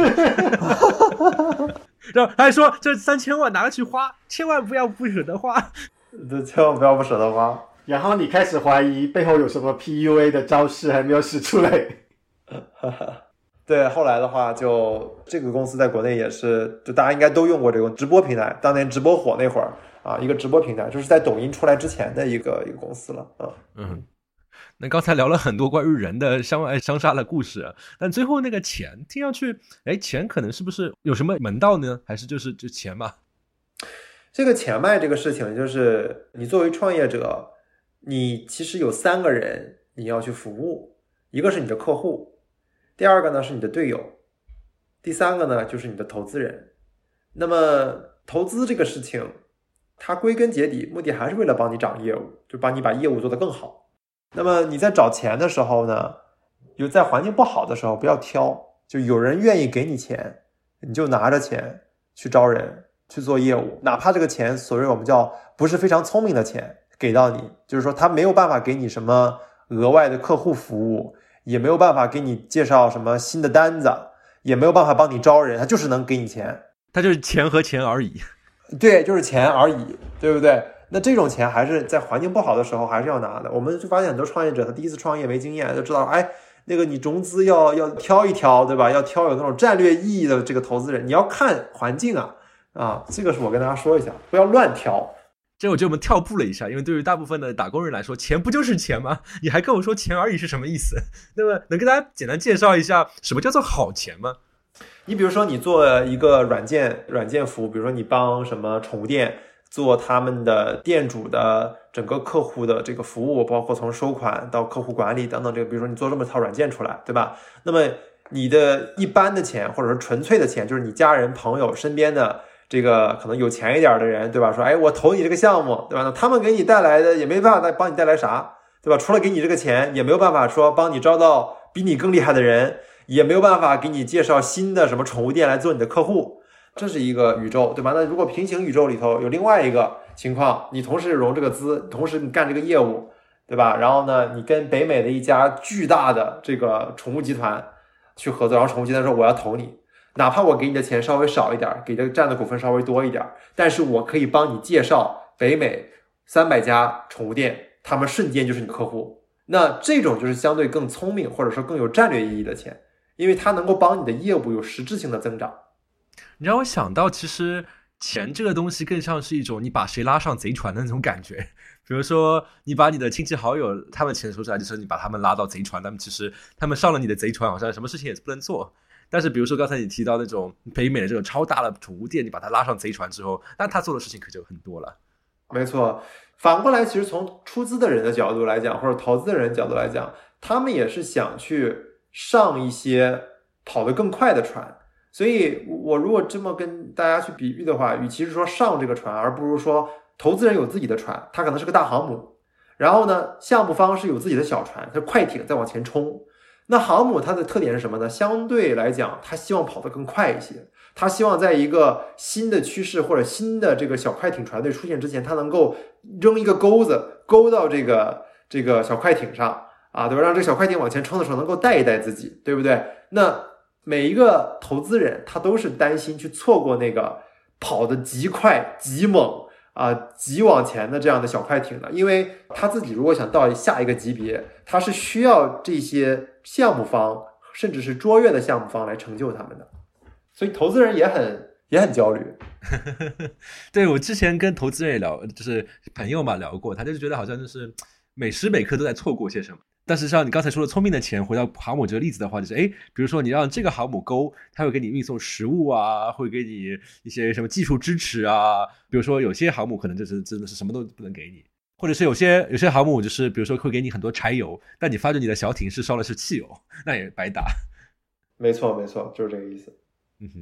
然后他还说这三千万拿了去花，千万不要不舍得花， 这千万不要不舍得花。 然后你开始怀疑背后有什么 P U A 的招式还没有使出来。 对，后来的话就这个公司在国内也是，就大家应该都用过这种直播平台，当年直播火那会儿啊，一个直播平台，就是在抖音出来之前的一个一个公司了啊。 嗯，那刚才聊了很多关于人的相爱相杀的故事，但最后那个钱听上去，哎，钱可能是不是有什么门道呢？还是就是就钱嘛？ 这个钱脉这个事情，就是你作为创业者，你其实有三个人你要去服务，一个是你的客户，第二个呢是你的队友，第三个呢就是你的投资人。那么投资这个事情，它归根结底目的还是为了帮你涨业务，就帮你把业务做得更好。那么你在找钱的时候呢，有在环境不好的时候不要挑，就有人愿意给你钱，你就拿着钱去招人去做业务，哪怕这个钱所谓我们叫不是非常聪明的钱给到你，就是说他没有办法给你什么额外的客户服务，也没有办法给你介绍什么新的单子，也没有办法帮你招人，他就是能给你钱， 他就是钱和钱而已。 对，就是钱而已，对不对？那这种钱还是在环境不好的时候还是要拿的。我们就发现很多创业者他第一次创业没经验，就知道哎，那个你融资要要挑一挑，对吧？要挑有那种战略意义的这个投资人，你要看环境啊啊，这个是我跟大家说一下，不要乱挑。 这我觉得我们跳步了一下，因为对于大部分的打工人来说，钱不就是钱吗？你还跟我说钱而已是什么意思？那么能跟大家简单介绍一下什么叫做好钱吗？ 你比如说你做一个软件软件服务，比如说你帮什么宠物店做他们的店主的整个客户的这个服务，包括从收款到客户管理等等，这个比如说你做这么套软件出来，对吧？那么你的一般的钱或者说纯粹的钱，就是你家人朋友身边的这个可能有钱一点的人，对吧？说哎，我投你这个项目，对吧？那他们给你带来的也没办法帮你带来啥，对吧？除了给你这个钱，也没有办法说帮你招到比你更厉害的人，也没有办法给你介绍新的什么宠物店来做你的客户，这是一个宇宙，对吧？那如果平行宇宙里头有另外一个情况，你同时融这个资，同时你干这个业务，对吧？然后呢，你跟北美的一家巨大的这个宠物集团去合作，然后宠物集团说我要投你，哪怕我给你的钱稍微少一点，给的占的股份稍微多一点，但是我可以帮你介绍北美三百家宠物店，他们瞬间就是你客户。那这种就是相对更聪明或者说更有战略意义的钱，因为它能够帮你的业务有实质性的增长。 你让我想到其实钱这个东西更像是一种你把谁拉上贼船的那种感觉。比如说你把你的亲戚好友他们钱收出来，就是你把他们拉到贼船，他们其实他们上了你的贼船，好像什么事情也不能做。但是比如说刚才你提到那种北美的这种超大的宠物店，你把它拉上贼船之后，那他做的事情可就很多了。 没错，反过来其实从出资的人的角度来讲，或者投资的人角度来讲，他们也是想去上一些跑得更快的船。所以我如果这么跟大家去比喻的话，与其是说上这个船，而不如说投资人有自己的船，他可能是个大航母，然后呢项目方是有自己的小船，它是快艇在往前冲。那航母它的特点是什么呢？相对来讲它希望跑得更快一些，它希望在一个新的趋势或者新的这个小快艇船队出现之前，它能够扔一个钩子勾到这个这个小快艇上啊，对吧？让这个小快艇往前冲的时候能够带一带自己，对不对？那每一个投资人他都是担心去错过那个跑得极快极猛啊极往前的这样的小快艇的，因为他自己如果想到下一个级别，他是需要这些项目方甚至是卓越的项目方来成就他们的，所以投资人也很也很焦虑。 对，我之前跟投资人也聊，就是朋友嘛聊过，他就觉得好像就是每时每刻都在错过些什么。但是像你刚才说的聪明的钱，回到航母这个例子的话，就是哎，比如说你让这个航母勾，它会给你运送食物啊，会给你一些什么技术支持啊。比如说有些航母可能就是真的是什么都不能给你，或者是有些有些航母就是比如说会给你很多柴油，但你发觉你的小艇是烧的是汽油，那也白打。 没错没错，就是这个意思。 嗯哼。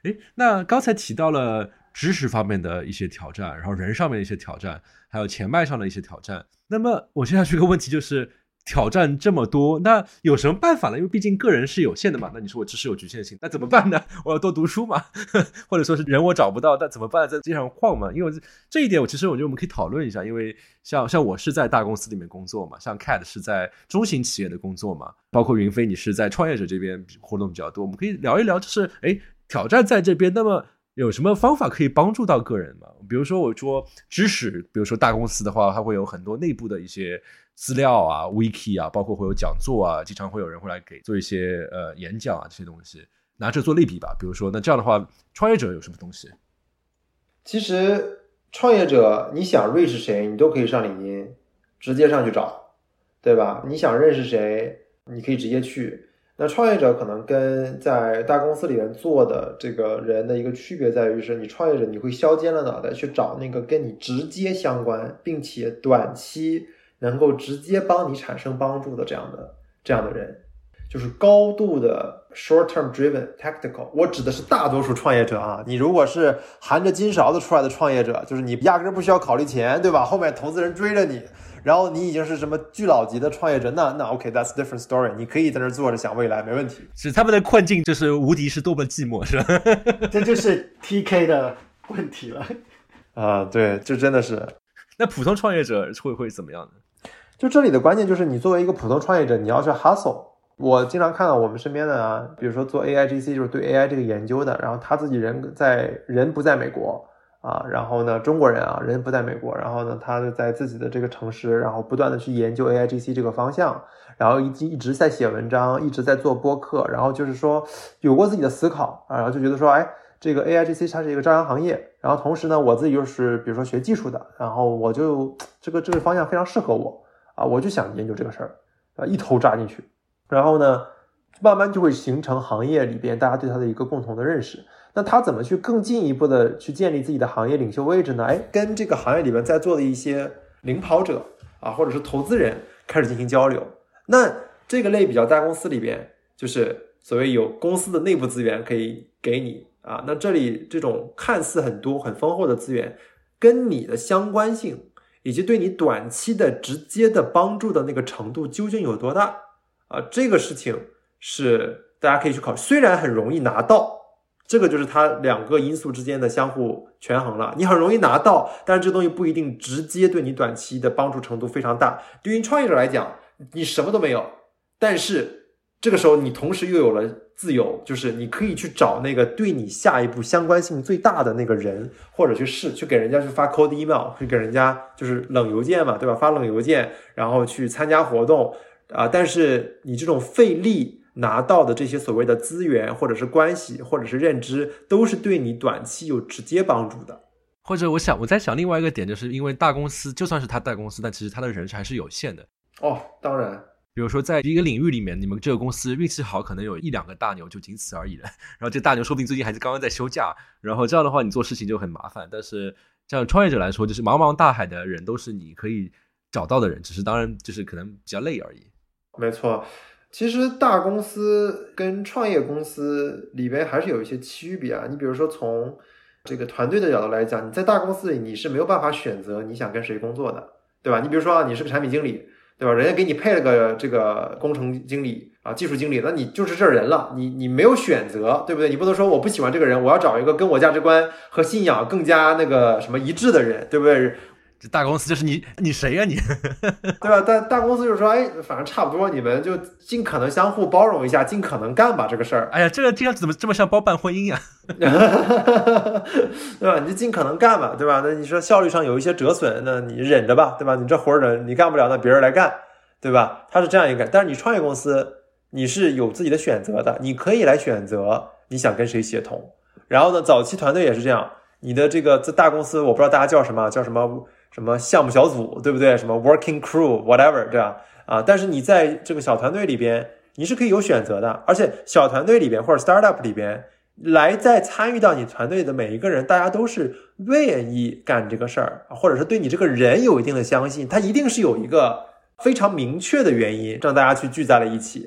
诶，那刚才提到了知识方面的一些挑战，然后人上面的一些挑战，还有钱脉上的一些挑战。那么我现在这个问题就是，挑战这么多，那有什么办法呢？因为毕竟个人是有限的嘛。那你说我知识有局限性，那怎么办呢？我要多读书嘛，或者说是人我找不到，但怎么办？在街上晃嘛。因为这一点，我其实我觉得我们可以讨论一下。因为像像我是在大公司里面工作嘛，像 Cat 是在中型企业的工作嘛，包括云飞你是在创业者这边活动比较多，我们可以聊一聊，就是哎，挑战在这边，那么有什么方法可以帮助到个人吗？比如说我说知识，比如说大公司的话，它会有很多内部的一些资料啊 wiki 啊，包括会有讲座啊，经常会有人会来给做一些呃演讲啊，这些东西拿这做类比吧。比如说那这样的话，创业者有什么东西？ 其实创业者你想认识谁你都可以上领英直接上去找，对吧？你想认识谁你可以直接去。那创业者可能跟在大公司里面做的这个人的一个区别在于是，你创业者你会削尖了脑袋去找那个跟你直接相关并且短期能够直接帮你产生帮助的这样的这样的人，就是高度的 short term driven tactical。 我指的是大多数创业者啊，你如果是含着金勺子出来的创业者，就是你压根不需要考虑钱，对吧？后面投资人追着你，然后你已经是什么巨老级的创业者，那那 OK that's different story， 你可以在那坐着想未来没问题。 是他们的困境就是无敌是多么寂寞，是吧？ 这就是 T K 的问题了啊，对，这真的是。 那普通创业者会会怎么样呢？ 就这里的关键就是你作为一个普通创业者，你要去 hustle。我经常看到我们身边的啊，比如说做 A I G C 就是对 A I 这个研究的，然后他自己人在人不在美国啊，然后呢中国人啊人不在美国，然后呢他在自己的这个城市，然后不断的去研究 A I G C 这个方向，然后一一直在写文章，一直在做播客，然后就是说有过自己的思考啊，然后就觉得说哎这个 A I G C 它是一个朝阳行业，然后同时呢我自己又是比如说学技术的，然后我就这个这个方向非常适合我啊，我就想研究这个事儿啊，一头扎进去，然后呢慢慢就会形成行业里边大家对它的一个共同的认识。那他怎么去更进一步的去建立自己的行业领袖位置呢？哎，跟这个行业里面在座的一些领跑者啊，或者是投资人开始进行交流。那这个类比较大公司里边，就是所谓有公司的内部资源可以给你啊，那这里这种看似很多很丰厚的资源，跟你的相关性以及对你短期的直接的帮助的那个程度究竟有多大啊？这个事情是大家可以去考虑，虽然很容易拿到。这个就是它两个因素之间的相互权衡了，你很容易拿到，但是这东西不一定直接对你短期的帮助程度非常大。对于创业者来讲，你什么都没有，但是这个时候你同时又有了自由，就是你可以去找那个对你下一步相关性最大的那个人，或者去试去给人家去发 cold email， 去给人家就是冷邮件嘛，对吧？发冷邮件，然后去参加活动啊、呃，但是你这种费力拿到的这些所谓的资源或者是关系或者是认知都是对你短期有直接帮助的。 或者我想我在想另外一个点，就是因为大公司就算是他大公司，但其实他的人还是有限的。 哦，当然比如说在一个领域里面，你们这个公司运气好可能有一两个大牛就仅此而已了，然后这个大牛说不定最近还是刚刚在休假，然后这样的话你做事情就很麻烦。但是像创业者来说，就是茫茫大海的人都是你可以找到的人，只是当然就是可能比较累而已。 没错，其实大公司跟创业公司里边还是有一些区别啊。你比如说从这个团队的角度来讲，你在大公司里你是没有办法选择你想跟谁工作的，对吧？你比如说啊，你是个产品经理，对吧？人家给你配了个这个工程经理啊、技术经理，那你就是这人了，你你没有选择，对不对？你不能说我不喜欢这个人，我要找一个跟我价值观和信仰更加那个什么一致的人，对不对？ 这大公司就是你你谁呀、啊、你对吧？但大公司就是说，哎，反正差不多，你们就尽可能相互包容一下，尽可能干吧这个事儿。 哎呀，这个这样怎么这么像包办婚姻呀、 啊？对吧？你就尽可能干吧，对吧？那你说效率上有一些折损，那你忍着吧，对吧？你这活儿你干不了，那别人来干，对吧？他是这样一个，但是你创业公司你是有自己的选择的，你可以来选择你想跟谁协同。然后呢，早期团队也是这样，你的这个在大公司，我不知道大家叫什么，叫什么？什么项目小组，对不对？什么 working crew whatever 这样啊，但是你在这个小团队里边你是可以有选择的，而且小团队里边或者 startup 里边来在参与到你团队的每一个人，大家都是愿意干这个事儿，或者是对你这个人有一定的相信，他一定是有一个非常明确的原因让大家去聚在了一起。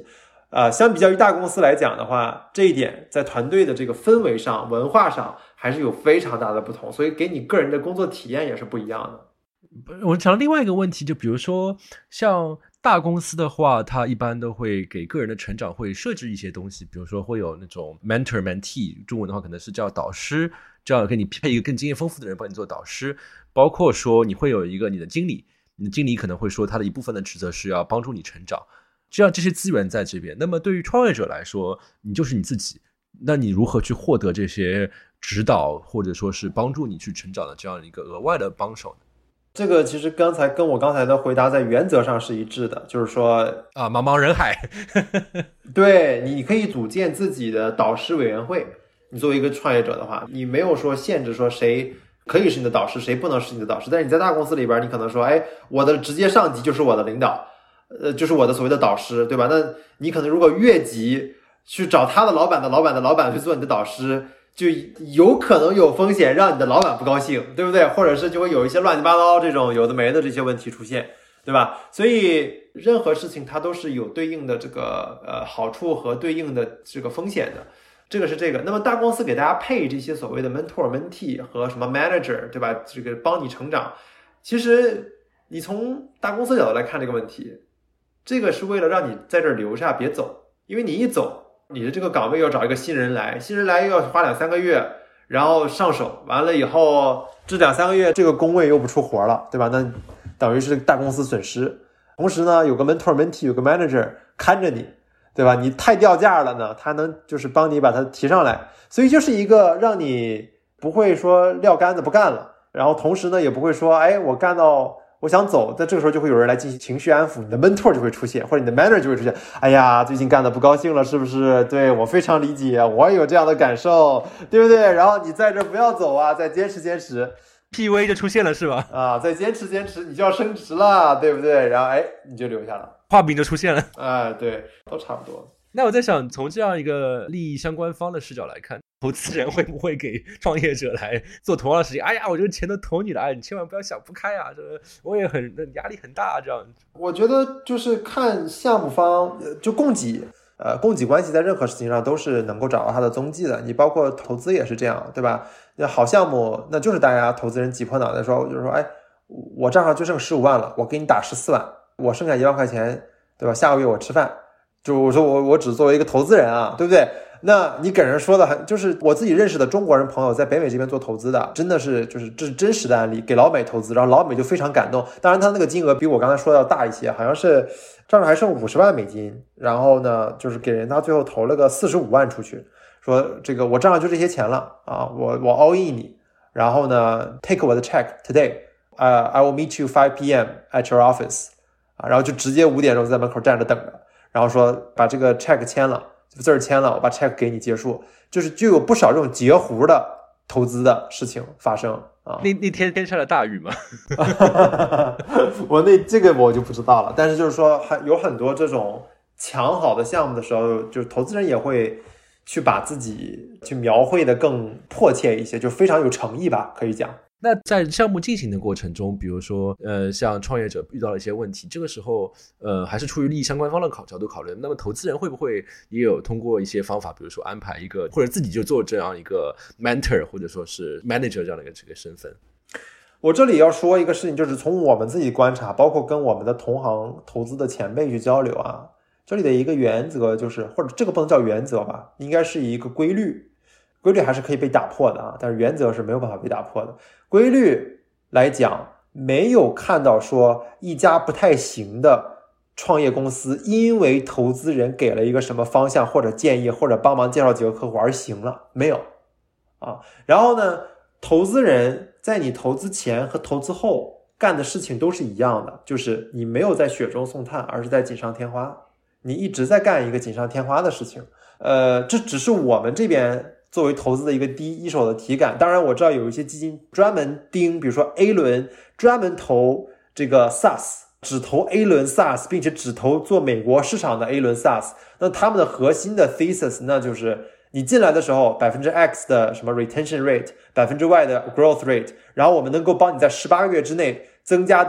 呃，相比较于大公司来讲的话，这一点在团队的这个氛围上、文化上还是有非常大的不同，所以给你个人的工作体验也是不一样的。 我想到另外一个问题，就比如说像大公司的话，它一般都会给个人的成长会设置一些东西，比如说会有那种 mentor mentee， 中文的话可能是叫导师，这样给你配一个更经验丰富的人帮你做导师，包括说你会有一个你的经理，你的经理可能会说他的一部分的职责是要帮助你成长，这样这些资源在这边。那么对于创业者来说，你就是你自己，那你如何去获得这些指导或者说是帮助你去成长的这样一个额外的帮手呢？ 这个其实刚才跟我刚才的回答在原则上是一致的，就是说啊，茫茫人海对，你可以组建自己的导师委员会。你作为一个创业者的话，你没有说限制说谁可以是你的导师，谁不能是你的导师。但是你在大公司里边，你可能说，哎，我的直接上级就是我的领导，呃，就是我的所谓的导师，对吧？那你可能如果越级去找他的老板的老板的老板去做你的导师，就有可能有风险让你的老板不高兴，对不对？或者是就会有一些乱七八糟这种有的没的这些问题出现，对吧？所以任何事情它都是有对应的这个呃好处和对应的这个风险的，这个是这个。那么大公司给大家配这些所谓的 mentor、mentee 和什么 manager， 对吧？这个帮你成长，其实你从大公司角度来看这个问题，这个是为了让你在这儿留下别走，因为你一走，你的这个岗位要找一个新人来，新人来又要花两三个月，然后上手，完了以后这两三个月这个工位又不出活了，对吧？那等于是大公司损失。同时呢，有个 mentor mentee， 有个 manager 看着你，对吧？你太掉价了呢，他能就是帮你把它提上来，所以就是一个让你不会说撂杆子不干了，然后同时呢也不会说，哎，我干到我想走，在这个时候就会有人来进行情绪安抚，你的 mentor 就会出现，或者你的 manager 就会出现。哎呀，最近干的不高兴了，是不是？对，我非常理解，我也有这样的感受，对不对？然后你在这不要走啊，再坚持坚持 P U A 就出现了是吧？ 啊，再坚持坚持，你就要升职了，对不对？然后哎，你就留下了， 画饼就出现了。 哎，对，都差不多。 那我在想，从这样一个利益相关方的视角来看，投资人会不会给创业者来做同样的事情？哎呀，我这个钱都投你了，哎，你千万不要想不开啊！这我也很压力很大，这样。 我觉得就是看项目方，就供给，呃，供给关系在任何事情上都是能够找到它的踪迹的。你包括投资也是这样，对吧？那好项目，那就是大家投资人挤破脑袋说，就是说，哎，我账上就剩十五万了，我给你打十四万，我剩下一万块钱，对吧？下个月我吃饭。就我说我我只作为一个投资人啊，对不对？那你给人说的很，就是我自己认识的中国人朋友在北美这边做投资的，真的是就是这是真实的案例，给老美投资，然后老美就非常感动。当然他那个金额比我刚才说的要大一些，好像是账上还剩五十万美金，然后呢就是给人他最后投了个四十五万出去，说这个我账上就这些钱了啊，我我 all in 你，然后呢 take 我的 check today，uh, I will meet you five p m at your office， 啊，然后就直接五点钟在门口站着等着。然后说把这个 check 签了，字儿签了，我把 check 给你结束，就是就有不少这种截胡的投资的事情发生啊。 那那天天下了大雨吗？ 我那这个我就不知道了，但是就是说还有很多这种抢好的项目的时候，就是投资人也会去把自己去描绘的更迫切一些，就非常有诚意吧，可以讲。 那在项目进行的过程中，比如说呃，像创业者遇到了一些问题，这个时候呃，还是出于利益相关方的考角度考虑，那么投资人会不会也有通过一些方法，比如说安排一个，或者自己就做这样一个 mentor 或者说是 manager 这样的一个这个身份？ 我这里要说一个事情，就是从我们自己观察，包括跟我们的同行投资的前辈去交流啊，这里的一个原则就是，或者这个不能叫原则吧，应该是一个规律。规律还是可以被打破的啊，但是原则是没有办法被打破的。规律来讲，没有看到说一家不太行的创业公司因为投资人给了一个什么方向或者建议或者帮忙介绍几个客户而行了，没有啊。然后呢，投资人在你投资前和投资后干的事情都是一样的，就是你没有在雪中送炭，而是在锦上添花，你一直在干一个锦上添花的事情。呃，这只是我们这边作为投资的一个第一手的体感。当然我知道有一些基金专门盯，比如说 A 轮专门投这个 SaaS， 只投 A 轮 SaaS， 并且只投做美国市场的 A 轮 SaaS， 那他们的核心的 thesis 那就是你进来的时候 百分之 X 的什么 retention rate， 百分之 Y 的 growth rate， 然后我们能够帮你在十八个月之内增加到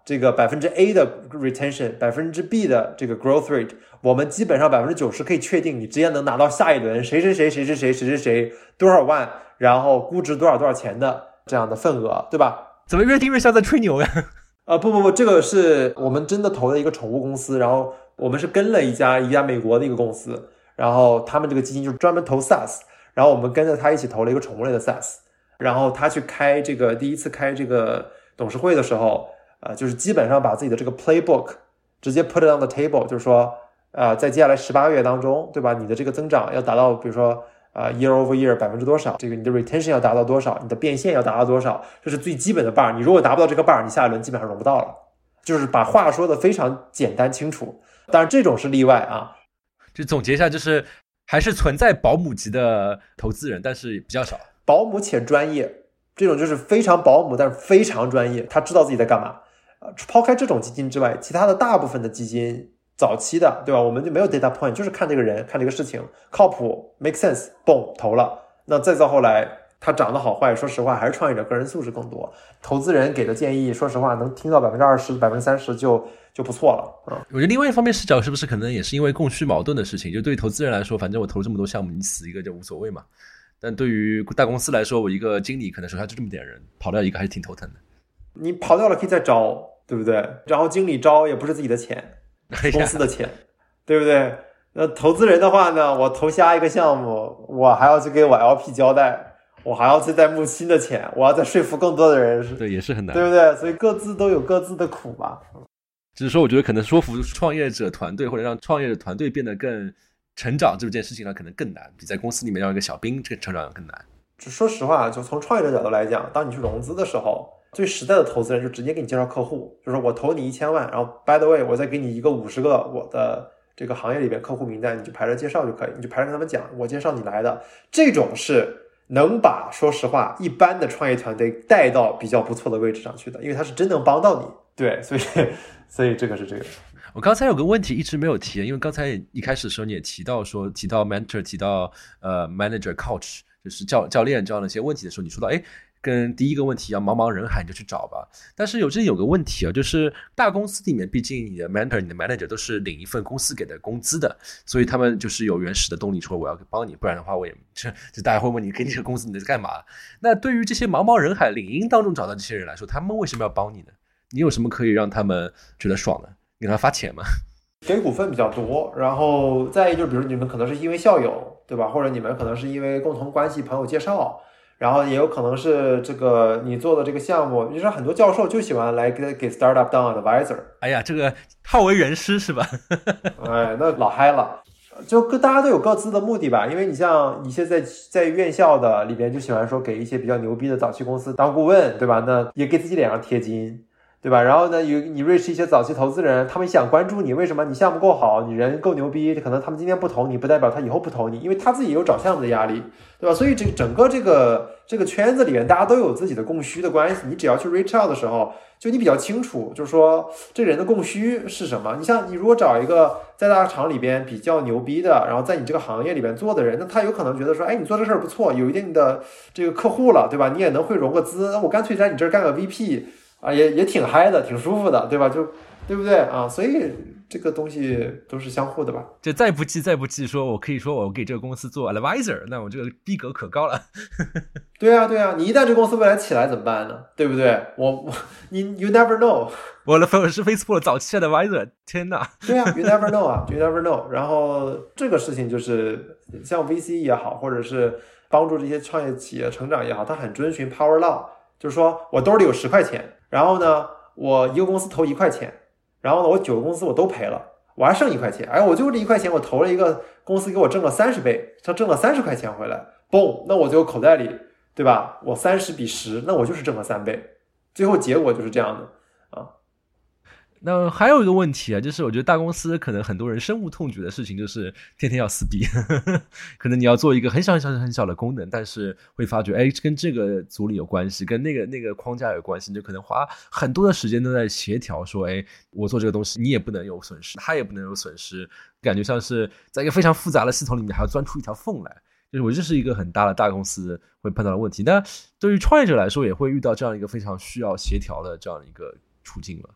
这个百分之 A 的 retention， 百分之 B 的这个 growth rate， 我们基本上百分之九十可以确定你直接能拿到下一轮谁谁谁谁谁谁谁谁谁多少万，然后估值多少多少钱的这样的份额，对吧？ 怎么越听越像在吹牛呀？ 呃，不不不，这个是我们真的投的一个宠物公司，然后我们是跟了一家一家美国的一个公司，然后他们这个基金就是专门投 SaaS， 然后我们跟着他一起投了一个宠物类的 SaaS， 然后他去开这个第一次开这个董事会的时候，呃，就是基本上把自己的这个 playbook 直接 put it on the table， 就是说，呃，在接下来十八个月当中，对吧？你的这个增长要达到，比如说。啊、uh, ，year over year 百分之多少？这个你的 retention 要达到多少？你的变现要达到多少？这是最基本的 bar。你如果达不到这个 bar， 你下一轮基本上融不到了。就是把话说的非常简单清楚。当然这种是例外啊。 就总结一下，就是还是存在保姆级的投资人，但是比较少。 保姆且专业，这种就是非常保姆，但是非常专业，他知道自己在干嘛。呃，抛开这种基金之外，其他的大部分的基金。早期的，对吧？我们就没有 data point， 就是看这个人，看这个事情靠谱 ，make sense， 嘣投了。那再到后来，他涨得好坏，说实话还是创业者个人素质更多。投资人给的建议，说实话能听到百分之二十、百分之三十就就不错了。嗯， 我觉得另外一方面视角是不是可能也是因为供需矛盾的事情？就对于投资人来说，反正我投了这么多项目，你死一个就无所谓嘛。但对于大公司来说，我一个经理可能手下就这么点人，跑掉一个还是挺头疼的。 你跑掉了可以再招，对不对？然后经理招也不是自己的钱。公司的钱，对不对？那投资人的话呢，我投下一个项目，我还要去给我 L P 交代，我还要去再募新的钱，我要再说服更多的人， 对，也是很难， 对不对？所以各自都有各自的苦吧。 只是说，我觉得可能说服创业者团队或者让创业者团队变得更成长这件事情呢，可能更难，比在公司里面让一个小兵这个成长更难。 说实话，就从创业者角度来讲，当你去融资的时候。最实在的投资人就直接给你介绍客户，就是我投你一千万，然后 by the way 我再给你一个五十个我的这个行业里边客户名单，你就排着介绍就可以，你就排着跟他们讲我介绍你来的，这种是能把说实话一般的创业团队带到比较不错的位置上去的，因为他是真能帮到你。对，所以所以这个是这个。 我刚才有个问题一直没有提，因为刚才一开始的时候你也提到说提到 mentor 提到呃 manager coach 就是教教练这样的一些问题的时候，你说到诶跟第一个问题一样，茫茫人海你就去找吧。但是有这里有个问题啊，就是大公司里面，毕竟你的 mentor、你的 manager 都是领一份公司给的工资的，所以他们就是有原始的动力说我要帮你，不然的话我也就就大家会问你给你这个工资你在干嘛？那对于这些茫茫人海领英当中找到这些人来说，他们为什么要帮你呢？你有什么可以让他们觉得爽呢？你给他发钱吗？ 给股份比较多，然后再一就是比如你们可能是因为校友，对吧？或者你们可能是因为共同关系朋友介绍。然后也有可能是这个你做的这个项目，就是很多教授就喜欢来给给 startup 当 advisor。 哎呀，这个好为人师是吧？ 哎，那老嗨了，就各大家都有各自的目的吧。因为你像一些在在院校的里边就喜欢说给一些比较牛逼的早期公司当顾问，对吧？那也给自己脸上贴金。对吧？然后呢，有你 reach 一些早期投资人，他们想关注你，为什么你项目够好，你人够牛逼，可能他们今天不投你，不代表他以后不投你，因为他自己也有找项目的压力，对吧？所以这个整个这个这个圈子里面，大家都有自己的供需的关系。你只要去 reach out 的时候，就你比较清楚，就是说这个人的供需是什么。你像你如果找一个在大厂里边比较牛逼的，然后在你这个行业里边做的人，那他有可能觉得说，哎，你做这事儿不错，有一定的这个客户了，对吧？你也能会融个资，那我干脆在你这儿干个 V P。啊，也也挺嗨的，挺舒服的，对吧？就对不对啊？所以这个东西都是相互的吧。 就再不济再不济，说我可以说我给这个公司做 advisor， 那我这个逼格可高了。 对啊，对啊，你一旦这个公司未来起来怎么办呢？对不对？我我你 you never know。 我的我是 Facebook 早期的 advisor， 天哪！ 对啊 ，you never know 啊 ，you never know。然后这个事情就是像 V C 也好，或者是帮助这些创业企业成长也好，它很遵循 power law， 就是说我兜里有十块钱。然后呢，我一个公司投一块钱，然后呢，我九个公司我都赔了，我还剩一块钱。哎，我就这一块钱，我投了一个公司，给我挣了三十倍，他挣了三十块钱回来，嘣，那我就口袋里，对吧？我三十比十，那我就是挣了三倍，最后结果就是这样的啊。 那还有一个问题啊，就是我觉得大公司可能很多人深恶痛绝的事情就是天天要撕逼，可能你要做一个很小很小很小的功能，但是会发觉哎，跟这个组里有关系，跟那个那个框架有关系，你就可能花很多的时间都在协调说，哎，我做这个东西你也不能有损失，他也不能有损失，感觉像是在一个非常复杂的系统里面还要钻出一条缝来，就是我这是一个很大的大公司会碰到的问题。那对于创业者来说也会遇到这样一个非常需要协调的这样一个处境了。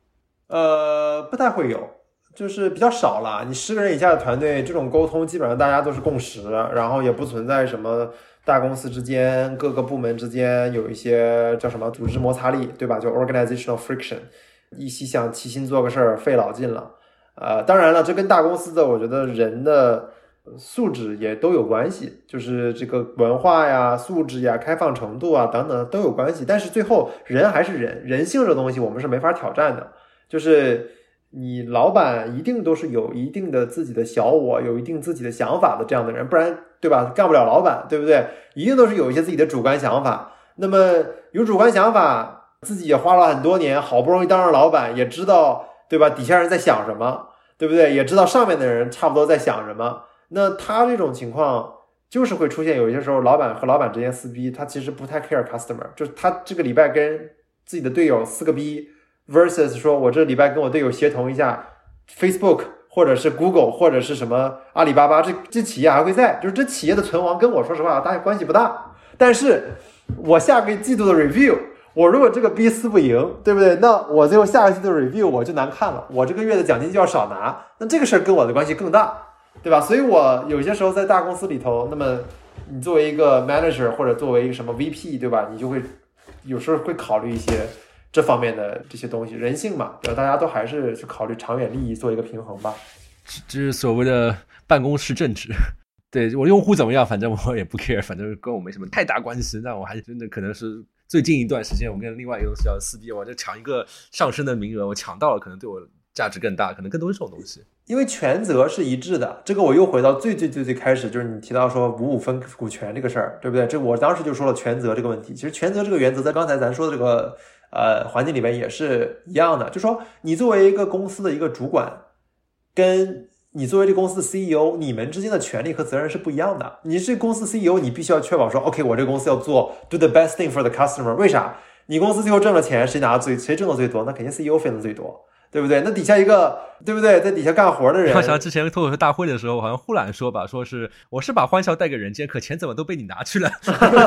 呃，不太会有，就是比较少了。你十个人以下的团队，这种沟通基本上大家都是共识，然后也不存在什么大公司之间各个部门之间有一些叫什么组织摩擦力，对吧？就 organizational friction， 一起想齐心做个事儿，费老劲了。呃，当然了，这跟大公司的我觉得人的素质也都有关系，就是这个文化呀、素质呀、开放程度啊等等都有关系。但是最后人还是人，人性这东西我们是没法挑战的。就是你老板一定都是有一定的自己的小我，有一定自己的想法的这样的人，不然对吧？干不了老板，对不对？一定都是有一些自己的主观想法。那么有主观想法，自己也花了很多年，好不容易当上老板，也知道对吧？底下人在想什么，对不对？也知道上面的人差不多在想什么。那他这种情况就是会出现，有些时候老板和老板之间撕逼，他其实不太 care customer， 就是他这个礼拜跟自己的队友撕个逼 versus 说我这礼拜跟我队友协同一下 Facebook 或者是 Google 或者是什么阿里巴巴，这这企业还会在，就是这企业的存亡跟我说实话大家关系不大。但是我下个季度的 review， 我如果这个逼撕不赢，对不对？那我最后下个季度的 review 我就难看了，我这个月的奖金就要少拿，那这个事儿跟我的关系更大，对吧？所以我有些时候在大公司里头，那么你作为一个 manager 或者作为一个什么 V P， 对吧？你就会有时候会考虑一些这方面的这些东西，人性嘛，对吧？大家都还是去考虑长远利益，做一个平衡吧。 这是所谓的办公室政治。对，我用户怎么样，反正我也不 care， 反正跟我没什么太大关系。那我还真的可能是最近一段时间，我跟另外一个公司要撕逼，我就抢一个上升的名额，我抢到了，可能对我价值更大，可能更多是这种东西。 因为权责是一致的，这个我又回到最最最最开始，就是你提到说五五分股权这个事儿，对不对？这我当时就说了权责这个问题。其实权责这个原则在刚才咱说的这个呃环境里面也是一样的，就说你作为一个公司的一个主管，跟你作为这个公司的 C E O， 你们之间的权利和责任是不一样的。你是公司 C E O， 你必须要确保说 OK， 我这个公司要做 do the best thing for the customer。 为啥？你公司最后挣了钱，谁拿的最谁挣的最多，那肯定 C E O 分的最多，对不对？那底下一个对不对，在底下干活的人， 我想之前脱口秀大会的时候，好像呼兰说吧，说是我是把欢笑带给人间，可钱怎么都被你拿去了。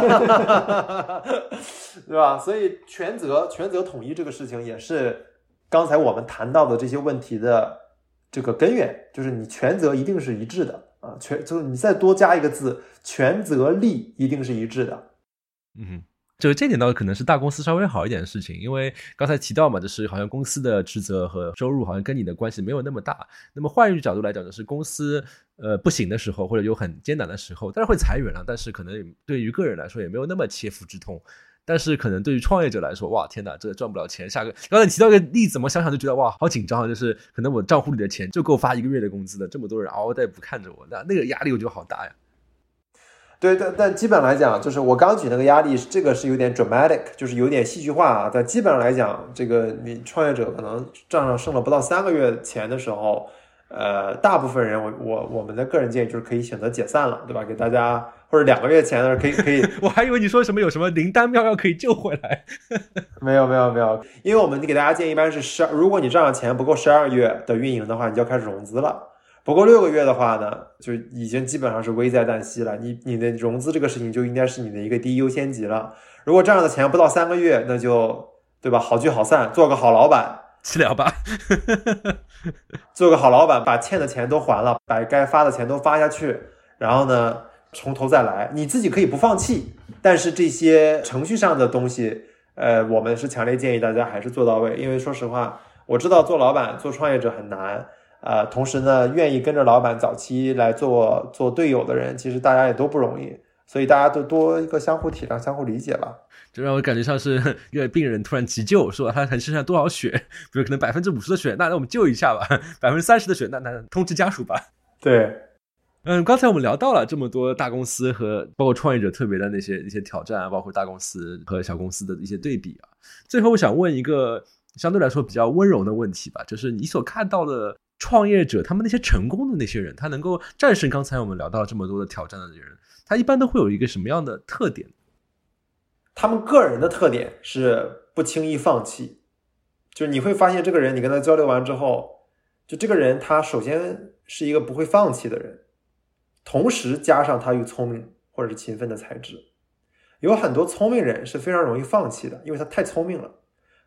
对吧？所以权责权责统一这个事情也是刚才我们谈到的这些问题的这个根源，就是你权责一定是一致的啊，权就是你再多加一个字，权责利一定是一致的。 嗯，就这点倒可能是大公司稍微好一点的事情，因为刚才提到嘛，就是好像公司的职责和收入好像跟你的关系没有那么大。那么换一个角度来讲，就是公司呃不行的时候，或者有很艰难的时候，当然会裁员了，但是可能对于个人来说也没有那么切肤之痛。但是可能对于创业者来说，哇天哪，这赚不了钱。下个刚才你提到一个例子，我想想就觉得哇好紧张啊，就是可能我账户里的钱就够发一个月的工资的，这么多人嗷嗷待哺看着我，那那个压力我觉得好大呀。 对，但但基本上来讲，就是我刚举那个压力，这个是有点 dramatic， 就是有点戏剧化啊。但基本上来讲，这个你创业者可能账上剩了不到三个月钱的时候，呃，大部分人我我我们的个人建议就是可以选择解散了，对吧？给大家或者两个月前的可以可以。 我还以为你说什么有什么灵丹妙药可以救回来。 没有没有没有，因为我们给大家建议一般是十，如果你账上钱不够十二月的运营的话，你就要开始融资了。不过六个月的话呢，就已经基本上是危在旦夕了。你你的融资这个事情就应该是你的一个第一优先级了。如果这样的钱不到三个月，那就对吧？好聚好散，做个好老板， 吃了吧。 做个好老板，把欠的钱都还了，把该发的钱都发下去，然后呢，从头再来。你自己可以不放弃，但是这些程序上的东西，呃，我们是强烈建议大家还是做到位。因为说实话，我知道做老板、做创业者很难。呃，同时呢，愿意跟着老板早期来做做队友的人，其实大家也都不容易，所以大家都多一个相互体谅、相互理解吧。 就让我感觉像是一个病人突然急救，说他身上多少血，比如可能百分之五十的血，那那我们救一下吧；百分之三十的血，那那通知家属吧。 对， 嗯，刚才我们聊到了这么多大公司和包括创业者特别的那些一些挑战啊，包括大公司和小公司的一些对比啊。最后，我想问一个相对来说比较温柔的问题吧，就是你所看到的创业者，他们那些成功的那些人，他能够战胜刚才我们聊到这么多的挑战的人，他一般都会有一个什么样的特点？ 他们个人的特点是不轻易放弃，就是你会发现这个人，你跟他交流完之后，就这个人他首先是一个不会放弃的人，同时加上他又聪明或者是勤奋的才智。有很多聪明人是非常容易放弃的，因为他太聪明了。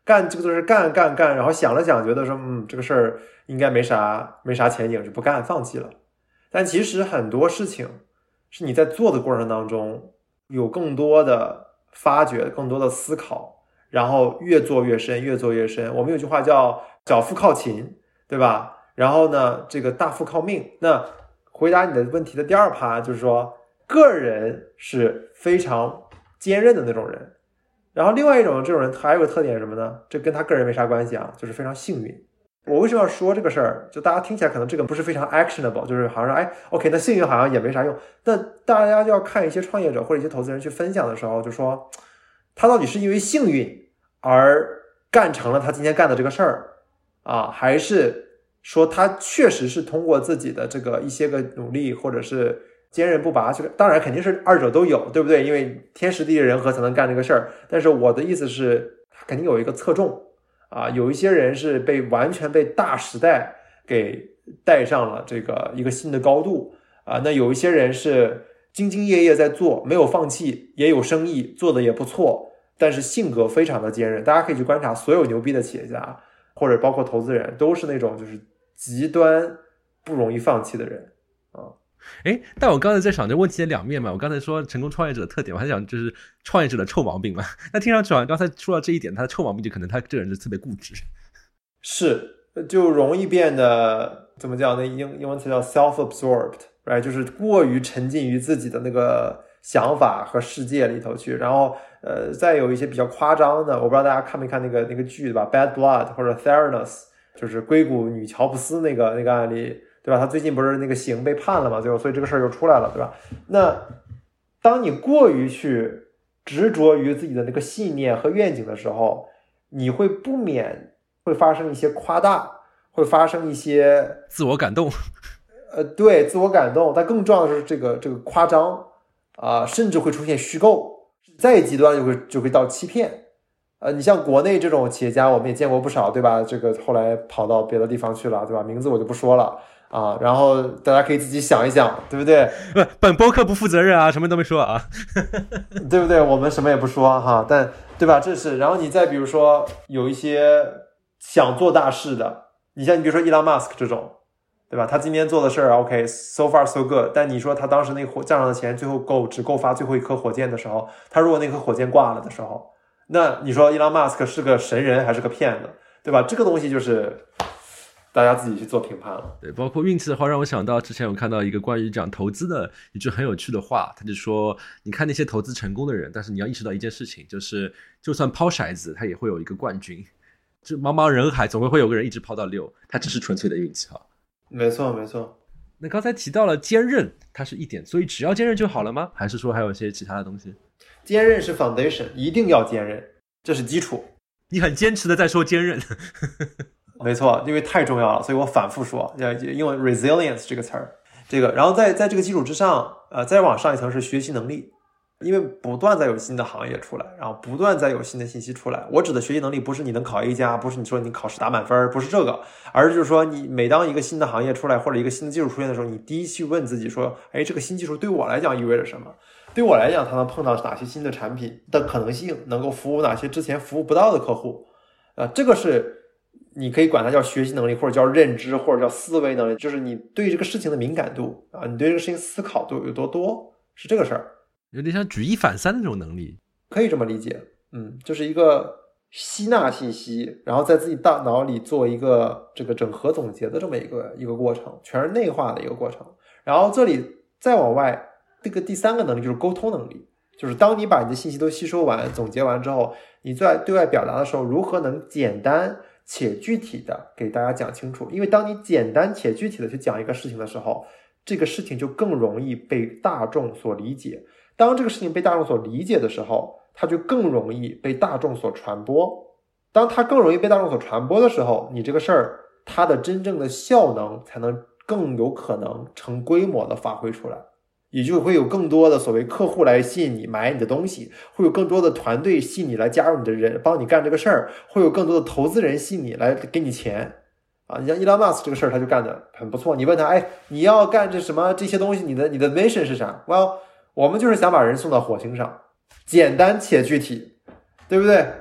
干这个就是干干干，然后想了想，觉得说嗯这个事儿应该没啥没啥前景，就不干放弃了。但其实很多事情是你在做的过程当中有更多的发掘，更多的思考，然后越做越深，越做越深。我们有句话叫小富靠勤，对吧？然后呢，这个大富靠命。那回答你的问题的第二趴就是说，个人是非常坚韧的那种人。然后另外一种这种人还有个特点是什么呢？这跟他个人没啥关系啊，就是非常幸运。我为什么要说这个事儿？就大家听起来可能这个不是非常 actionable， 就是好像说哎 OK 那幸运好像也没啥用。那大家就要看一些创业者或者一些投资人去分享的时候，就说他到底是因为幸运而干成了他今天干的这个事儿啊，还是说他确实是通过自己的这个一些个努力或者是坚韧不拔，这个当然肯定是二者都有，对不对？因为天时地利人和才能干这个事儿。但是我的意思是，他肯定有一个侧重啊，有一些人是被完全被大时代给带上了这个一个新的高度啊，那有一些人是兢兢业业在做，没有放弃，也有生意，做的也不错，但是性格非常的坚韧。大家可以去观察所有牛逼的企业家，或者包括投资人，都是那种就是极端不容易放弃的人啊。 哎，但我刚才在想这问题的两面嘛，我刚才说成功创业者的特点，我还想就是创业者的臭毛病嘛。那听上去好像刚才说到这一点，他的臭毛病就可能他这个人是特别固执， 是就容易变得怎么讲呢？英英文词叫 self-absorbed，right？ 就是过于沉浸于自己的那个想法和世界里头去，然后呃，再有一些比较夸张的，我不知道大家看没看那个那个剧对吧 ？Bad Blood 或者 Theranos， 就是硅谷女乔布斯那个那个案例。对吧？他最近不是那个刑被判了嘛，最后所以这个事儿就出来了，对吧？那当你过于去执着于自己的那个信念和愿景的时候，你会不免会发生一些夸大，会发生一些自我感动。 呃，对，自我感动，但更重要的是这个这个夸张啊、呃，甚至会出现虚构，再极端就会就会到欺骗。呃，你像国内这种企业家，我们也见过不少，对吧？这个后来跑到别的地方去了，对吧？名字我就不说了。啊，然后大家可以自己想一想，对不对？ 不，本播客不负责任啊，什么都没说啊， 对不对？我们什么也不说哈，但对吧？这是，然后你再比如说有一些想做大事的，你像你比如说伊朗马斯克这种，对吧？他今天做的事儿 ，OK，so far so good， 但你说他当时那火账上的钱最后够只够发最后一颗火箭的时候，他如果那颗火箭挂了的时候，那你说伊朗马斯克是个神人还是个骗子，对吧？这个东西就是大家自己去做评判了。 对，包括运气的话，让我想到之前我看到一个关于讲投资的一句很有趣的话，他就说，你看那些投资成功的人，但是你要意识到一件事情，就是就算抛骰子，他也会有一个冠军。就茫茫人海，总会会有个人一直抛到六，他只是纯粹的运气哈。 没错，没错。 那刚才提到了坚韧，它是一点，所以只要坚韧就好了吗？还是说还有一些其他的东西？ 坚韧是 foundation， 一定要坚韧，这是基础。 你很坚持的在说坚韧。 没错，因为太重要了，所以我反复说，因为 resilience 这个词儿，这个，然后在在这个基础之上，呃，再往上一层是学习能力，因为不断在有新的行业出来，然后不断在有新的信息出来。我指的学习能力不是你能考 A 加，不是你说你考试打满分，不是这个，而是就是说你每当一个新的行业出来或者一个新的技术出现的时候，你第一去问自己说，哎，这个新技术对我来讲意味着什么？对我来讲，它能碰到哪些新的产品的可能性，能够服务哪些之前服务不到的客户？啊、呃，这个是。你可以管它叫学习能力，或者叫认知，或者叫思维能力，就是你对这个事情的敏感度啊，你对这个事情思考度有多多，是这个事儿。 有点像举一反三的那种能力， 可以这么理解。嗯，就是一个吸纳信息，然后在自己大脑里做一个这个整合总结的这么一个一个过程，全是内化的一个过程。然后这里再往外，这个第三个能力就是沟通能力，就是当你把你的信息都吸收完、总结完之后，你在对外表达的时候，如何能简单且具体的给大家讲清楚。因为当你简单且具体的去讲一个事情的时候，这个事情就更容易被大众所理解。当这个事情被大众所理解的时候，它就更容易被大众所传播。当它更容易被大众所传播的时候，你这个事儿它的真正的效能才能更有可能成规模的发挥出来，也就会有更多的所谓客户来吸引你买你的东西，会有更多的团队吸引你来加入你的人，帮你干这个事儿，会有更多的投资人吸引你来给你钱啊。你像 Elon Musk 这个事儿他就干得很不错，你问他，哎，你要干这什么这些东西，你的你的 mission 是啥？ Well， 我们就是想把人送到火星上，简单且具体，对不对？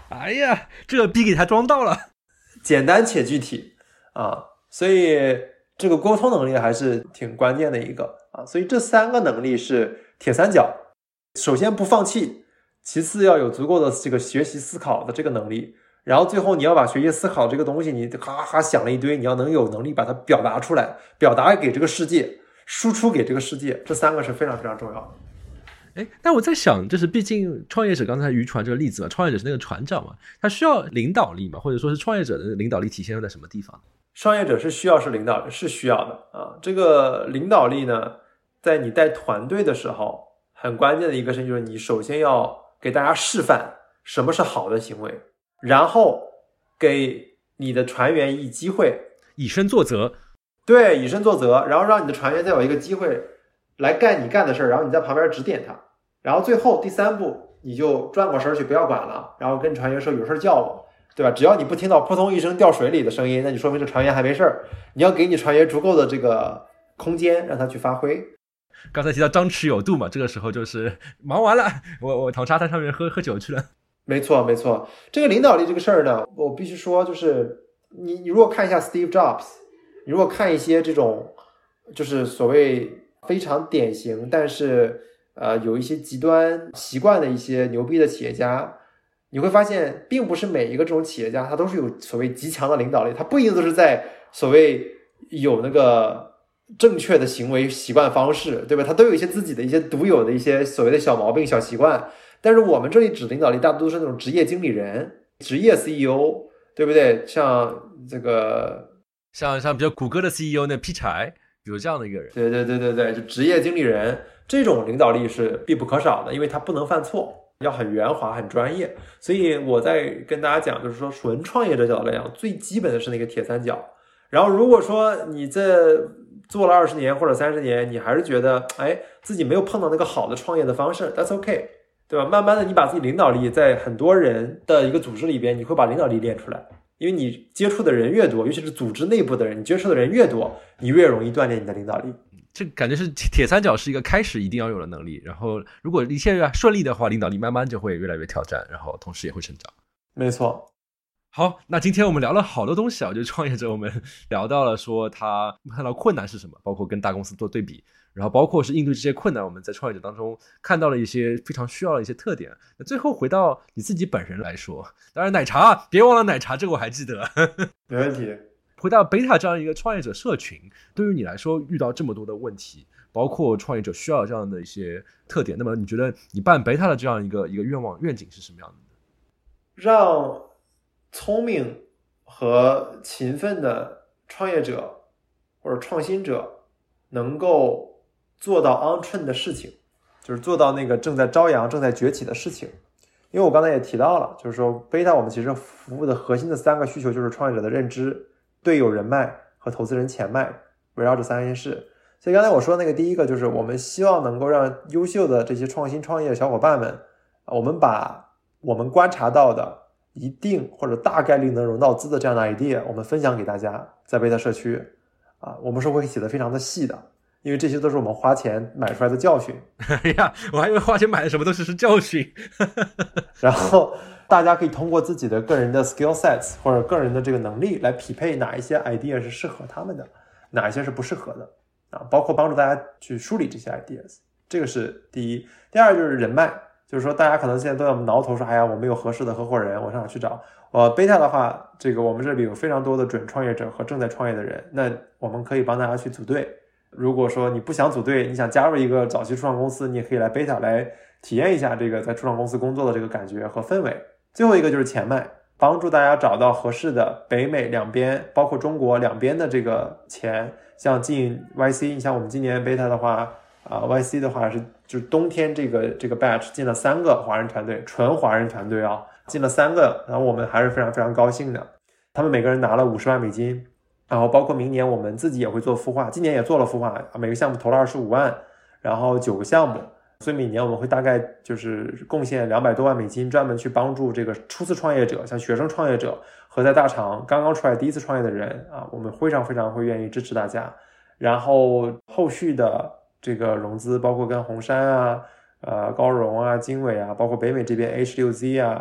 哎呀，这逼给他装到了， 简单且具体啊，所以这个沟通能力还是挺关键的一个啊，所以这三个能力是铁三角。首先不放弃，其次要有足够的这个学习思考的这个能力，然后最后你要把学习思考这个东西，你哈哈想了一堆，你要能有能力把它表达出来，表达给这个世界，输出给这个世界，这三个是非常非常重要的。 哎，但我在想，就是毕竟创业者，刚才渔船这个例子嘛，创业者是那个船长嘛，他需要领导力嘛，或者说是创业者的领导力体现在什么地方？ 创业者是需要是领导是需要的啊，这个领导力呢，在你带团队的时候，很关键的一个事情就是你首先要给大家示范什么是好的行为，然后给你的船员以机会， 以身作则。 对，以身作则，然后让你的船员再有一个机会来干你干的事儿，然后你在旁边指点他，然后最后第三步你就转过身去不要管了，然后跟船员说有事叫我，对吧？只要你不听到扑通一声掉水里的声音，那你说明这船员还没事儿。你要给你船员足够的这个空间让他去发挥。 刚才提到张弛有度嘛，这个时候就是忙完了，我我躺沙滩上面喝喝酒去了。 没错没错，这个领导力这个事儿呢，我必须说就是你你如果看一下 Steve Jobs， 你如果看一些这种就是所谓非常典型但是呃有一些极端习惯的一些牛逼的企业家，你会发现并不是每一个这种企业家他都是有所谓极强的领导力，他不一定都是在所谓有那个正确的行为习惯方式，对吧？他都有一些自己的一些独有的一些所谓的小毛病小习惯，但是我们这里指领导力大多都是那种职业经理人职业 C E O， 对不对？像这个像像比如谷歌的 C E O 那劈柴，比如这样的一个人， 对对对对对，就职业经理人这种领导力是必不可少的，因为他不能犯错，要很圆滑很专业。所以我在跟大家讲，就是说纯创业者角度来讲，最基本的是那个铁三角。然后如果说你这做了二十年或者三十年，你还是觉得哎自己没有碰到那个好的创业的方式 ，That's OK， 对吧？慢慢的你把自己领导力在很多人的一个组织里边，你会把领导力练出来。因为你接触的人越多，尤其是组织内部的人，你接触的人越多，你越容易锻炼你的领导力。 这感觉是铁三角是一个开始一定要有的能力，然后如果一切顺利的话，领导力慢慢就会越来越挑战，然后同时也会成长。 没错。 好，那今天我们聊了好多东西啊，就创业者我们聊到了说他看到困难是什么，包括跟大公司做对比，然后包括是应对这些困难，我们在创业者当中看到了一些非常需要的一些特点。那最后回到你自己本人来说，当然奶茶别忘了奶茶，这个我还记得。 没问题。 回到贝塔这样一个创业者社群，对于你来说遇到这么多的问题，包括创业者需要这样的一些特点，那么你觉得你办贝塔的这样一个一个愿望愿景是什么样的？ 让聪明和勤奋的创业者或者创新者能够做到 on trend 的事情，就是做到那个正在朝阳正在崛起的事情。因为我刚才也提到了，就是说贝塔我们其实服务的核心的三个需求就是创业者的认知、队友人脉和投资人钱脉，围绕这三件事。所以刚才我说的那个第一个就是我们希望能够让优秀的这些创新创业的小伙伴们，我们把我们观察到的一定或者大概率能融到资的这样的 idea 我们分享给大家，在贝塔社区啊，我们是会写的非常的细的，因为这些都是我们花钱买出来的教训。 哎呀，我还以为花钱买的什么都是是教训。 然后大家可以通过自己的个人的 skill sets 或者个人的这个能力来匹配哪一些 idea 是适合他们的，哪一些是不适合的啊，包括帮助大家去梳理这些 ideas， 这个是第一。第二就是人脉，就是说大家可能现在都要挠头说，哎呀我没有合适的合伙人，我上哪去找？呃，贝塔的话，这个我们这里有非常多的准创业者和正在创业的人，那我们可以帮大家去组队。如果说你不想组队，你想加入一个早期初创公司，你也可以来贝塔来体验一下这个在初创公司工作的这个感觉和氛围。最后一个就是钱脉，帮助大家找到合适的北美两边包括中国两边的这个钱，像进 Y C， 你像我们今年贝塔的话啊、呃、Y C 的话是就是冬天这个这个 batch 进了三个华人团队，纯华人团队啊，进了三个，然后我们还是非常非常高兴的。他们每个人拿了五十万美金，然后包括明年我们自己也会做孵化，今年也做了孵化，每个项目投了二十五万，然后九个项目，所以每年我们会大概就是贡献两百多万美金，专门去帮助这个初次创业者，像学生创业者和在大厂刚刚出来第一次创业的人啊，我们非常非常会愿意支持大家。然后后续的这个融资，包括跟红杉啊、呃高融啊、经纬啊，包括北美这边 H 六 Z 啊，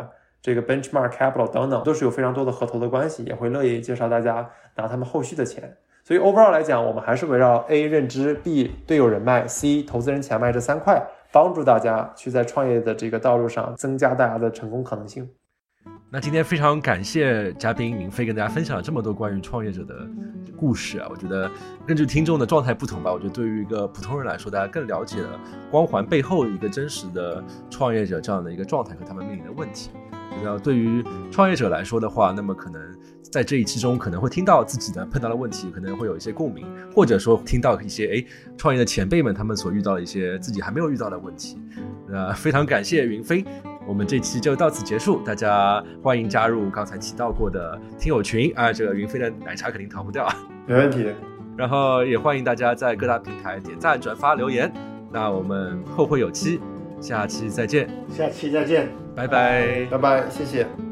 这个 Benchmark Capital 等等，都是有非常多的合投的关系，也会乐意介绍大家拿他们后续的钱。所以 overall 来讲，我们还是围绕 A 认知、B 队友人脉、C 投资人钱脉这三块，帮助大家去在创业的这个道路上增加大家的成功可能性。 那今天非常感谢嘉宾明飞跟大家分享了这么多关于创业者的故事啊，我觉得根据听众的状态不同吧，我觉得对于一个普通人来说，大家更了解了光环背后一个真实的创业者这样的一个状态和他们面临的问题。觉得对于创业者来说的话，那么可能在这一期中可能会听到自己的碰到的问题，可能会有一些共鸣，或者说听到一些诶创业的前辈们他们所遇到的一些自己还没有遇到的问题。那非常感谢云飞，我们这期就到此结束，大家欢迎加入刚才提到过的听友群啊，这个云飞的奶茶肯定逃不掉， 没问题。 然后也欢迎大家在各大平台点赞、转发、留言。那我们后会有期，下期再见， 下期再见， 拜拜， 拜拜，谢谢。